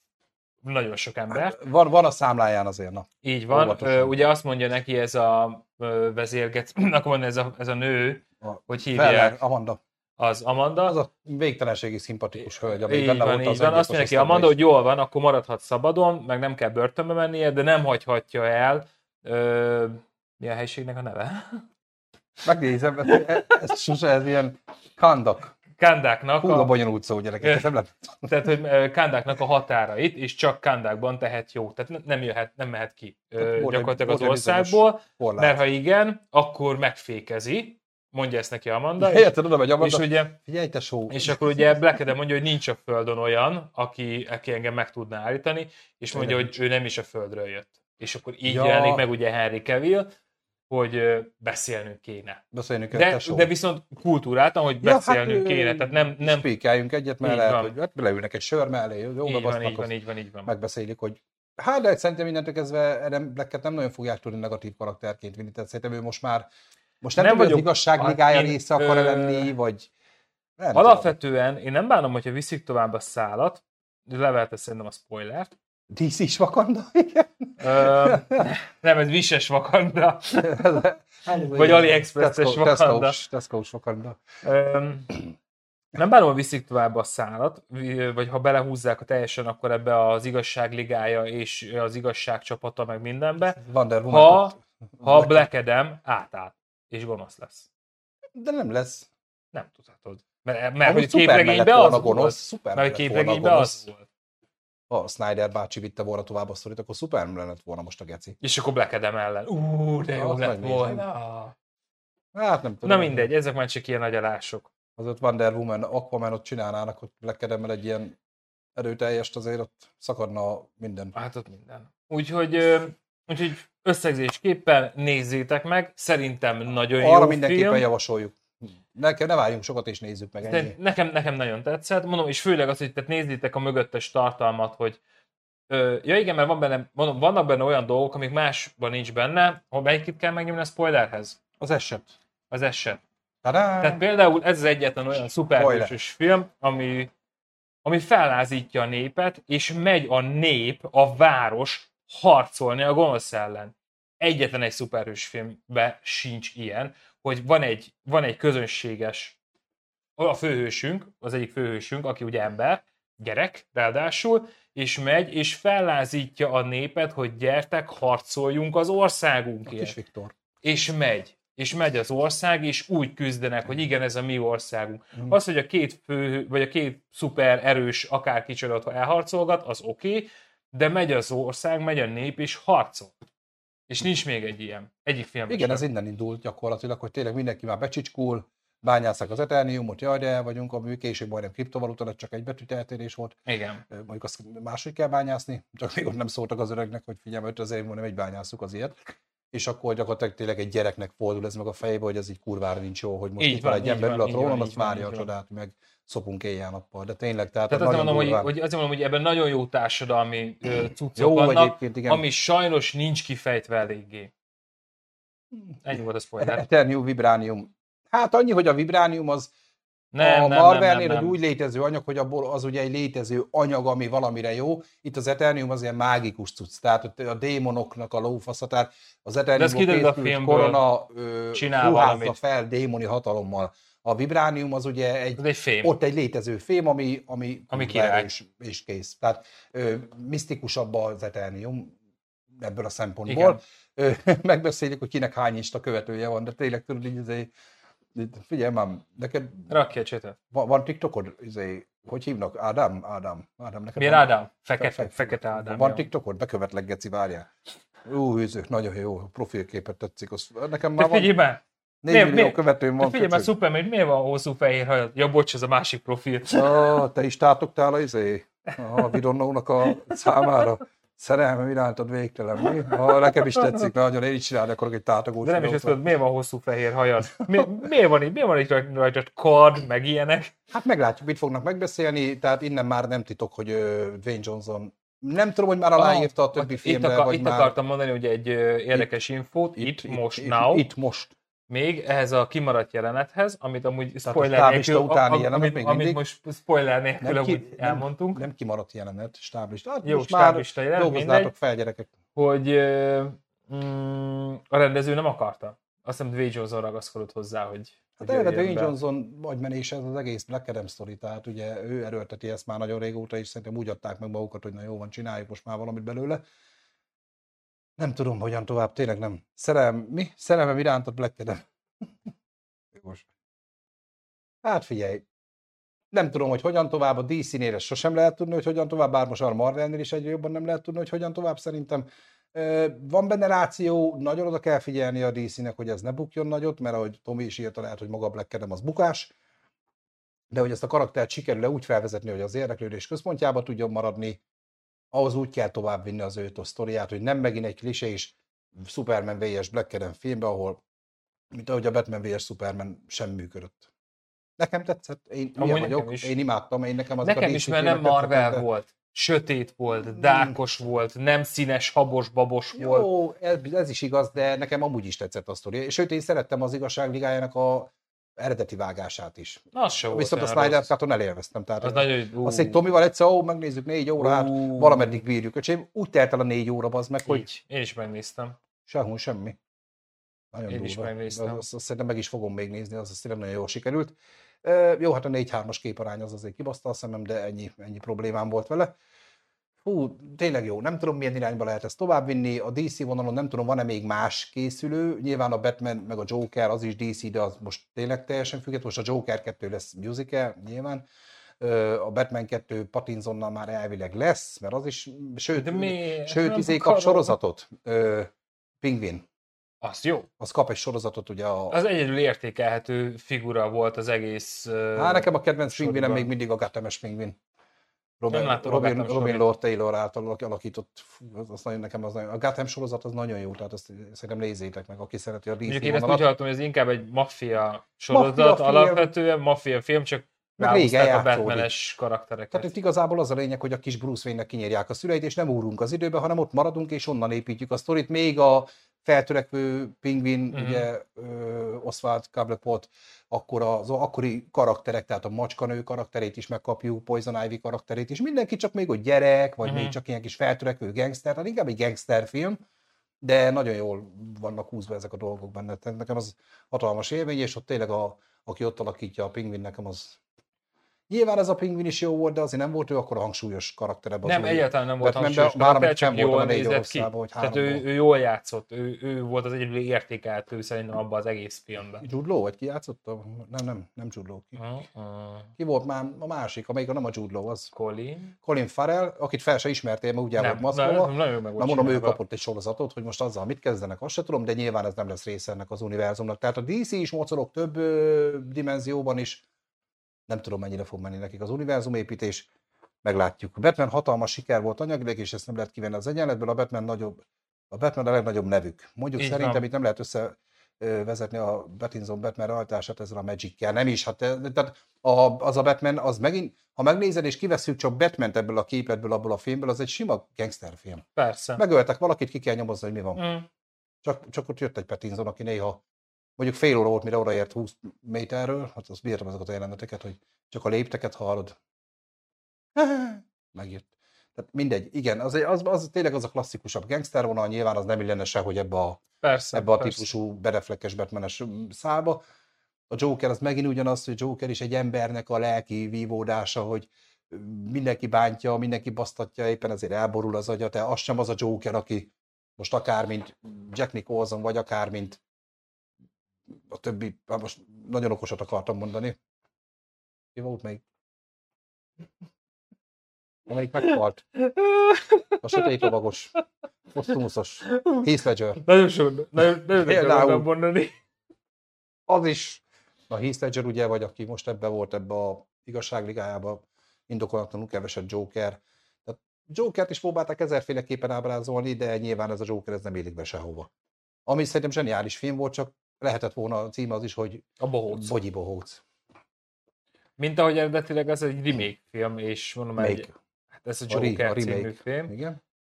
nagyon sok embert. Hát, van, van a számláján azért, na. Így van. Uh, ugye azt mondja neki ez a uh, vezérget, akkor van ez a, ez a nő, a hogy hívják. Feller, Amanda. Az Amanda. Az a végtelenségi szimpatikus hölgy, ami így benne van, volt így az van. Azt mondja neki Amanda, hogy jól van, akkor maradhat szabadon, meg nem kell börtönbe mennie, de nem hagyhatja el. Uh, mi a helységnek a neve? Megnézem, ez, ez sose, ez ilyen kandak. Kandáknak Hú, a bonyolult szó, gyerekek, nem lehet. Tehát, hogy Kandáknak a határait, és csak Kandákban tehet jó. Tehát nem jöhet, nem mehet ki ö, gyakorlatilag az országból, mert ha igen, akkor megfékezi, mondja ezt neki Amanda. És, érted, oda megy Amanda, és, ugye, figyelj, te só. és akkor ugye Black Adam mondja, hogy nincs a Földön olyan, aki, aki engem meg tudná állítani, és mondja, hogy ő nem is a Földről jött. És akkor így ja. jelenik meg ugye Henry Cavill, hogy beszélnünk kéne. Beszélnünk de, de viszont kultúráltan, hogy ja, beszélnünk hát, kéne. Tehát nem, nem... Spékeljünk egyet, mert lehet, hogy hát leülnek egy sör mellé, jó, így van, így van, így van, így van. Megbeszélik, hogy hát de szerintem mindentől kezdve Blacket nem nagyon fogják tudni negatív karakterként vinni, tehát szerintem ő most már most nem, nem tudom, hogy az igazságligája része akar ö... lenni, vagy... Nem alapvetően tudom. Én nem bánom, hogyha viszik tovább a szálat, levelte szerintem a spoilert. dé cé is Wakanda, igen. Ö, nem, ez Vises Wakanda. Vagy AliExpress-es Wakanda. Tesco-s Wakanda. Ö, nem bánom, hogy viszik tovább a szálat, vagy ha belehúzzák a teljesen, akkor ebbe az igazságligája és az igazság csapata meg mindenbe. Ha, ha Black Adam átáll és gonosz lesz. De nem lesz. Nem tudhatod. Mert, mert hogy képregényben az gonosz, volt. Mert képregényben az volt. Ha Snyder bácsi vitte volna tovább a sztorit, akkor Superman lett volna most a geci. És akkor Black Adam ellen. Ú, de jó lett volna. Hát nem tudom. Na mindegy, ezek már csak ilyen nagy alások. Az ott Wonder Woman, Aquaman ott csinálnának, hogy Black Adam-mel egy ilyen erőteljest, azért ott szakadna minden. Hát ott minden. Úgyhogy, úgyhogy összegzésképpen nézzétek meg, szerintem nagyon Arra jó film. mindenképpen javasoljuk. Nekem ne várjunk sokat, és nézzük meg ennyi. Nekem, nekem nagyon tetszett, mondom, és főleg az, hogy tehát nézzétek a mögöttes tartalmat, hogy ö, ja igen, mert van benne, mondom, vannak benne olyan dolgok, amik másban nincs benne, hogy melyikit kell megnyomni a spoilerhez? Az eset. Az eset. Tadá! Tehát például ez az egyetlen olyan szuperhősös film, ami, ami fellázítja a népet, és megy a nép, a város harcolni a gonosz ellen. Egyetlen egy szuperhős filmben sincs ilyen, hogy van egy, van egy közönséges, a főhősünk, az egyik főhősünk, aki ugye ember, gyerek, ráadásul, és megy, és fellázítja a népet, hogy gyertek, harcoljunk az országunkért. A kis Viktor. És megy. és megy az ország, és úgy küzdenek, hogy igen, ez a mi országunk. Mm. Az, hogy a két fő, vagy a két szuper erős akárkicsoda elharcolgat, az oké, okay, de megy az ország, megy a nép, és harcol. És nincs még egy ilyen. Egyik filmben igen, sem. ez innen indult gyakorlatilag, hogy tényleg mindenki már becsicskul, bányásszák az Eterniumot, jaj, de el vagyunk, ami később majdnem kriptovaluta lett, csak egy betűt eltérés volt. Igen. Mondjuk azt máshogy kell bányászni, csak még ott nem szóltak az öregnek, hogy figyelj, ötezer év múlva nem egy bányásszuk az ilyet. És akkor gyakorlatilag tényleg egy gyereknek fordul ez meg a fejébe, hogy ez így kurvára nincs jó, hogy most így itt van egy ember ül a trónon, azt várja a csodát, meg szopunk éjjel-nappal. De tényleg, tehát, tehát azért mondom, hogy, hogy, azért mondom, hogy ebben nagyon jó társadalmi cuccok jó, vannak, ami sajnos nincs kifejtve eléggé. Ennyi volt a spoiler. Eternium, Vibranium. Hát annyi, hogy a Vibranium az nem, a nem, Marvelnél nem, nem, egy úgy létező anyag, hogy abból az ugye egy létező anyag, ami valamire jó. Itt az Eternium az ilyen mágikus cucc, tehát a démonoknak a lófasza, tehát az Eterniumból készült korona ruházza fel démoni hatalommal. A Vibranium az ugye egy, egy fém. Ott egy létező fém, ami, ami, ami király. És, és kész. Tehát ö, misztikusabb az Eternium ebből a szempontból. Ö, megbeszéljük, hogy kinek hány insta követője van, de tényleg tudod, így azért, figyelj már, neked... Rakj egy csetet. Van, van TikTokod? Izé, hogy hívnak? Ádám? Ádám. Ádám neked Milyen Ádám? Fekete, fe, fe, fekete Ádám. Van TikTokod? Bekövetlek, geci, várjál. Ú, hűzők, nagyon jó. Profilképet tetszik. Az, nekem már van... Figyelj már! négy millió követőm van. Figyelj már, szuper, mert miért van hosszú fehér hajad? Ja, bocs, ez a másik profil. Oh, te is tátogtál a, izé, a Vidonnónak a számára. Szerelmem irántad végtelen, mi? Ha, nekem is tetszik, nagyon én is csinálni akarok egy tátogós. De nem is ezt tudod, miért van hosszú fehér hajad? Mi, miért van itt, miért van itt rajta kard, meg ilyenek? Hát meglátjuk, mit fognak megbeszélni, tehát innen már nem titok, hogy Dwayne Johnson, nem tudom, hogy már aláírta a többi filmre, itt akar, vagy itt már... akartam mondani, hogy egy érdekes itt, infót, itt, itt, most, itt, now. Itt, most. Még ehhez a kimaradt jelenethez, amit amúgy spoiler nélkül, utáni a, jelenet, amit, még amit most spoiler nélkül nem ki, amúgy elmondtunk. Nem, nem kimaradt jelenet, stáblista. Hát jó, stáblista jelenet, dolgozzátok fel, gyerekek. Hogy mm, a rendező nem akarta. Azt hiszem Dwayne Johnson ragaszkodott hozzá, hogy... Hát eleve Dwayne Johnson agymenése ez az egész Black Adam sztori, tehát ugye ő erőlteti ezt már nagyon régóta, és szerintem úgy adták meg magukat, hogy na jó van, csináljuk most már valamit belőle. Nem tudom, hogyan tovább, tényleg nem. Szerelem, mi? Szerelmem irántott Black Adam. Most. Hát figyelj, nem tudom, hogy hogyan tovább, a dé cé-nél sosem lehet tudni, hogy hogyan tovább, bár most a Marvelnél is egyre jobban nem lehet tudni, hogy hogyan tovább szerintem. Van benne ráció, nagyon oda kell figyelni a dé cé-nek, hogy ez ne bukjon nagyot, mert ahogy Tomi is írta, lehet, hogy maga Black Adam az bukás, de hogy ezt a karaktert sikerül-e úgy felvezetni, hogy az érdeklődés központjába tudjon maradni, ahhoz úgy kell továbbvinni az őt a sztoriát, hogy nem megint egy klisés Superman versus Black Adam filmbe, ahol mint ahogy a Batman versus Superman sem működött. Nekem tetszett, én ilyen vagyok, én imádtam, én nekem az nekem a is, mert nem Marvel tetszett, volt, sötét volt, dárkos hmm. volt, nem színes, habos, babos jó, volt. Jó, ez, ez is igaz, de nekem amúgy is tetszett a sztori. Sőt, én szerettem az Igazságligájának a eredeti vágását is. Az se volt. Viszont a Snyder Cut-on elélveztem. Tehát az nagyon, uh. azt, hogy Tomival egyszer, ó, megnézzük négy órát, uh. valameddig bírjuk. Öcsém, úgy telt el a négy óra, az meg, így. Hogy... Én is megnéztem. Sehol semmi. Nagyon Én durva. is megnéztem. Azt, azt, azt szerintem meg is fogom még nézni, az azt tényleg nagyon jól sikerült. Uh, jó, hát a négy hármas képarány az azért kibaszta a szemem, de ennyi, ennyi problémám volt vele. Hú, tényleg jó. Nem tudom, milyen irányba lehet ezt továbbvinni. A dé cé vonalon nem tudom, van-e még más készülő. Nyilván a Batman meg a Joker, az is dé cé, de az most tényleg teljesen független. Most a Joker kettő lesz musical, nyilván. A Batman kettő Pattinsonnal már elvileg lesz, mert az is, sőt, sőt izé kap sorozatot. Pingvin. Az jó. Az kap egy sorozatot, ugye a... Az egyedül értékelhető figura volt az egész... Hát nekem a kedvenc pingvinem még mindig a Gotham-es pingvin. Robin, Robin, Robin Lord Taylor által alakított, az nagyon, nekem az nagyon, a Gotham sorozat az nagyon jó, tehát azt szerintem nézzétek meg, aki szereti a dé cé vonalat. Én ezt úgy hallottam, hogy ez inkább egy maffia sorozat, maffia alapvetően maffia film, csak ráhozták a Batman-es karaktereket. Tehát itt igazából az a lényeg, hogy a kis Bruce Wayne-nek kinyírják a szüleit, és nem úrunk az időbe, hanem ott maradunk, és onnan építjük a sztorit. Még a feltörekvő pingvin, mm-hmm. ugye Oswald Cobblepot, akkor az akkori karakterek, tehát a macskanő karakterét is megkapjuk, Poison Ivy karakterét is, mindenki csak még ott gyerek, vagy mm-hmm. még csak ilyen kis feltörekvő gangster, tehát inkább egy gangsterfilm, de nagyon jól vannak húzva ezek a dolgok benne. Tehát nekem az hatalmas élmény, és ott tényleg a, aki ott alakítja a pingvin, nekem az Nyilván ez a pingvin is jó volt, de azért nem volt ő akkor a hangsúlyos karaktere. Nem, egyáltalán nem volt Batmanben, hangsúlyos karakter, csak jól négy nézett ki. Orszába, Tehát ő, ő jól játszott, ő, ő volt az egyedül értékeltő szerintem abban az egész filmben. Jude Law, vagy ki játszotta? Nem, nem, nem Jude Law. Ki, uh-uh. ki volt már a másik, amelyik nem a Jude Law, az? Colin. Colin Farrell, akit fel se ismertél, mert ugye nem, volt maszkolva. Nem, nagyon meg Na mondom, ő kapott egy sorozatot, hogy most azzal mit kezdenek, azt se tudom, de nyilván ez nem lesz része ennek az univerzumnak. Tehát a dé cé is mocorog több ö, dimenzióban is. Nem tudom, mennyire fog menni nekik az univerzumépítés. Meglátjuk. A Batman hatalmas siker volt anyagileg, és ezt nem lehet kivenni az egyenletből. A Batman nagyobb, a Batman a legnagyobb nevük. Mondjuk így szerintem van. Itt nem lehet összevezetni a Pattinson Batman rajtását ezzel a Magic-kel. Nem is. Hát, tehát a, az a Batman, az megint, ha megnézed és kivesszük csak Batman-t ebből a képletből, abból a filmből, az egy sima gangsterfilm. Persze. Megöltek valakit, ki kell nyomozni, hogy mi van. Mm. Csak, csak ott jött egy Pattinson, aki néha mondjuk fél óra volt, mire odaért húsz méterről, hát azt bírtam ezeket a jeleneteket, hogy csak a lépteket hallod. Megjött. Tehát mindegy, igen, az, az, az tényleg az a klasszikusabb gangster vonal, nyilván az nem illene sehogy ebbe a, persze, ebbe a persze. típusú bereflekkes Batmanes szálba. A Joker az megint ugyanaz, hogy Joker is egy embernek a lelki vívódása, hogy mindenki bántja, mindenki basztatja, éppen ezért elborul az agya, te az sem az a Joker, aki most akár mint Jack Nicholson, vagy akár mint a többi, most nagyon okosat akartam mondani. Ki volt még? Amelyik meghalt. A sötét lovagos. Posztumuszos. Heath Ledger. Nagyon sok, nagyon, nagyon Például mondani. Az is. A Heath Ledger ugye, vagy aki most ebbe volt, ebbe a igazságligájába, indokolatlanul keveset Joker. Tehát Jokert is próbálták ezerféleképpen ábrázolni, de nyilván ez a Joker ez nem élik be sehova. Ami szerintem zseniális film volt, csak lehetett volna a címe az is, hogy a Bohóc. Bogyi Bohóc. Mint ahogy eredetileg ez egy remake film, és mondom, egy, hát ez a Joker a című film. Igen.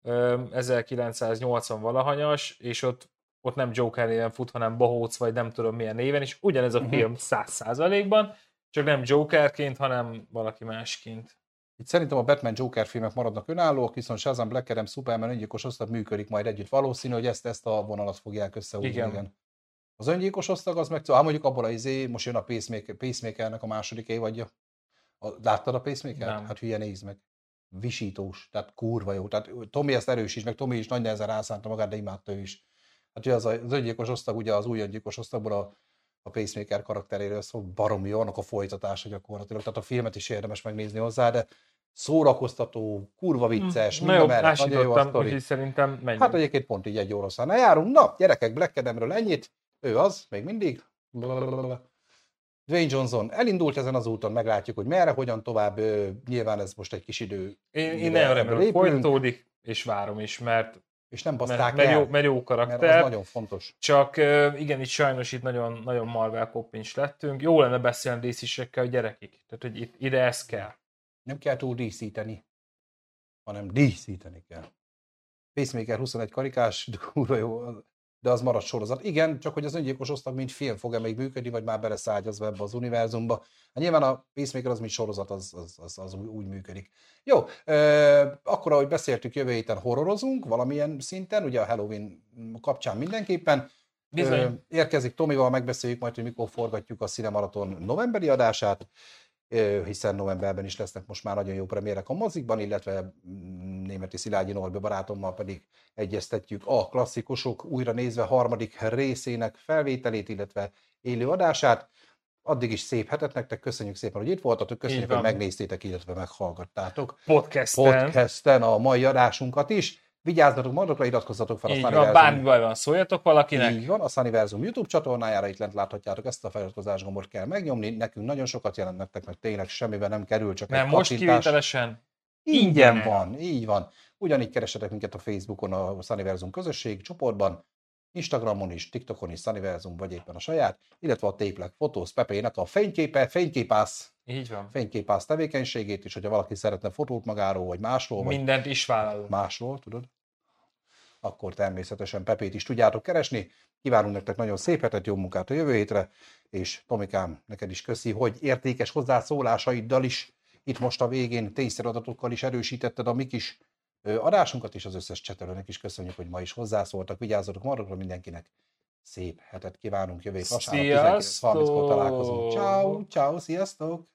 ezerkilencszáznyolcvan valahanyas, és ott, ott nem Joker néven fut, hanem Bohóc, vagy nem tudom milyen néven, és ugyanez a uh-huh. film száz százalékban, csak nem Jokerként, hanem valaki másként. Itt szerintem a Batman Joker filmek maradnak önállóak, viszont Shazam, Black Adam, Superman öngyilkos osztag működik majd együtt. Valószínű, hogy ezt, ezt a vonalat fogják összehúzni. Igen. Igen. Az öngyilkos osztag az meg, hát mondjuk abból a izé, most jön a Pacemaker, Pacemakernek a második évadja. A, láttad a Pacemaker-t? Nem. Hát hülye, nézd meg. Visítós, tehát kurva jó. Tehát Tomi ezt erősít, meg Tomi is nagy nehezen rászánta magát, de imádta ő is. Hát ugye az, az öngyilkos osztag, ugye az új öngyilkos osztagból a, a Pacemaker karakteréről szól, baromi jó, annak a folytatása gyakorlatilag. Tehát a filmet is érdemes megnézni hozzá, de szórakoztató, kurva vicces, hmm. minden mellett, nagyon jó a sztori. Úgyhogy szerintem menjünk. Hát egyébként pont így egy óra szállna járunk. Na, gyerekek, Black Adamről ennyit. Ő az, még mindig. Blablabla. Dwayne Johnson elindult ezen az úton, meglátjuk, hogy merre, hogyan tovább. Nyilván ez most egy kis idő. Én, én nagyon remélem, hogy folytatódik, és várom is, mert és nem baszták mert, el, mert, jó, mert jó karakter. Mert az nagyon fontos. Csak igen, itt sajnos itt nagyon, nagyon Marvel koppincs lettünk. Jó lenne beszélni dé cé-sekkel a gyerekig. Tehát, hogy itt, ide ez kell. Nem kell túl díszíteni, hanem díszíteni kell. Pacemaker huszonegy karikás, kurva jó, de az marad sorozat. Igen, csak hogy az öngyilkos osztag mint film fog-e még működni, vagy már beleszágyazva ebbe az univerzumba. Hát nyilván a Pacemaker az mint sorozat, az, az, az, az úgy működik. Jó, euh, akkor ahogy beszéltük, jövő héten horrorozunk valamilyen szinten, ugye a Halloween kapcsán mindenképpen. Bizony. Érkezik Tomival, megbeszéljük majd, hogy mikor forgatjuk a Cinemaraton novemberi adását, hiszen novemberben is lesznek most már nagyon jó premierek a mozikban, illetve Németi Szilágyi Norbi barátommal pedig egyeztetjük a klasszikusok újra nézve harmadik részének felvételét, illetve élő adását. Addig is szép hetet nektek, köszönjük szépen, hogy itt voltatok, köszönjük, hogy megnéztétek, illetve meghallgattátok. Podcasten. Podcasten a mai adásunkat is. Vigyázzatok magatokra, iratkozzatok fel a Sunnyverzum. Bármi baj van, szóljatok valakinek. Így van, a Sunnyverzum YouTube csatornájára itt lent láthatjátok, ezt a feliratkozás gombot kell megnyomni. Nekünk nagyon sokat jelent nektek, meg tényleg semmivel nem kerül, csak nem, egy most kivételesen ingyen van, így van. Ugyanígy keresetek minket a Facebookon, a Sunnyverzum közösség csoportban, Instagramon is, TikTokon is Sunnyverzum, vagy éppen a saját, illetve a Téplek Fotóz Pepének a fényképe, fényképász, így van. fényképász tevékenységét is, hogyha valaki szeretne fotót magáról, vagy másról. Mindent vagy is vállalunk. Másról, tudod? Akkor természetesen Pepét is tudjátok keresni. Kívánunk nektek nagyon szép hetet, jó munkát a jövő hétre, és Tomikám, neked is köszi, hogy értékes hozzászólásaiddal is itt most a végén tényszerű adatokkal is erősítetted a mi kis adásunkat, és az összes csetelőnek is köszönjük, hogy ma is hozzászóltak. Vigyázzatok maradra, mindenkinek szép hetet kívánunk, jövő hét vasárnap tizenkilenc harminckor találkozunk. Ciao, ciao, sziasztok!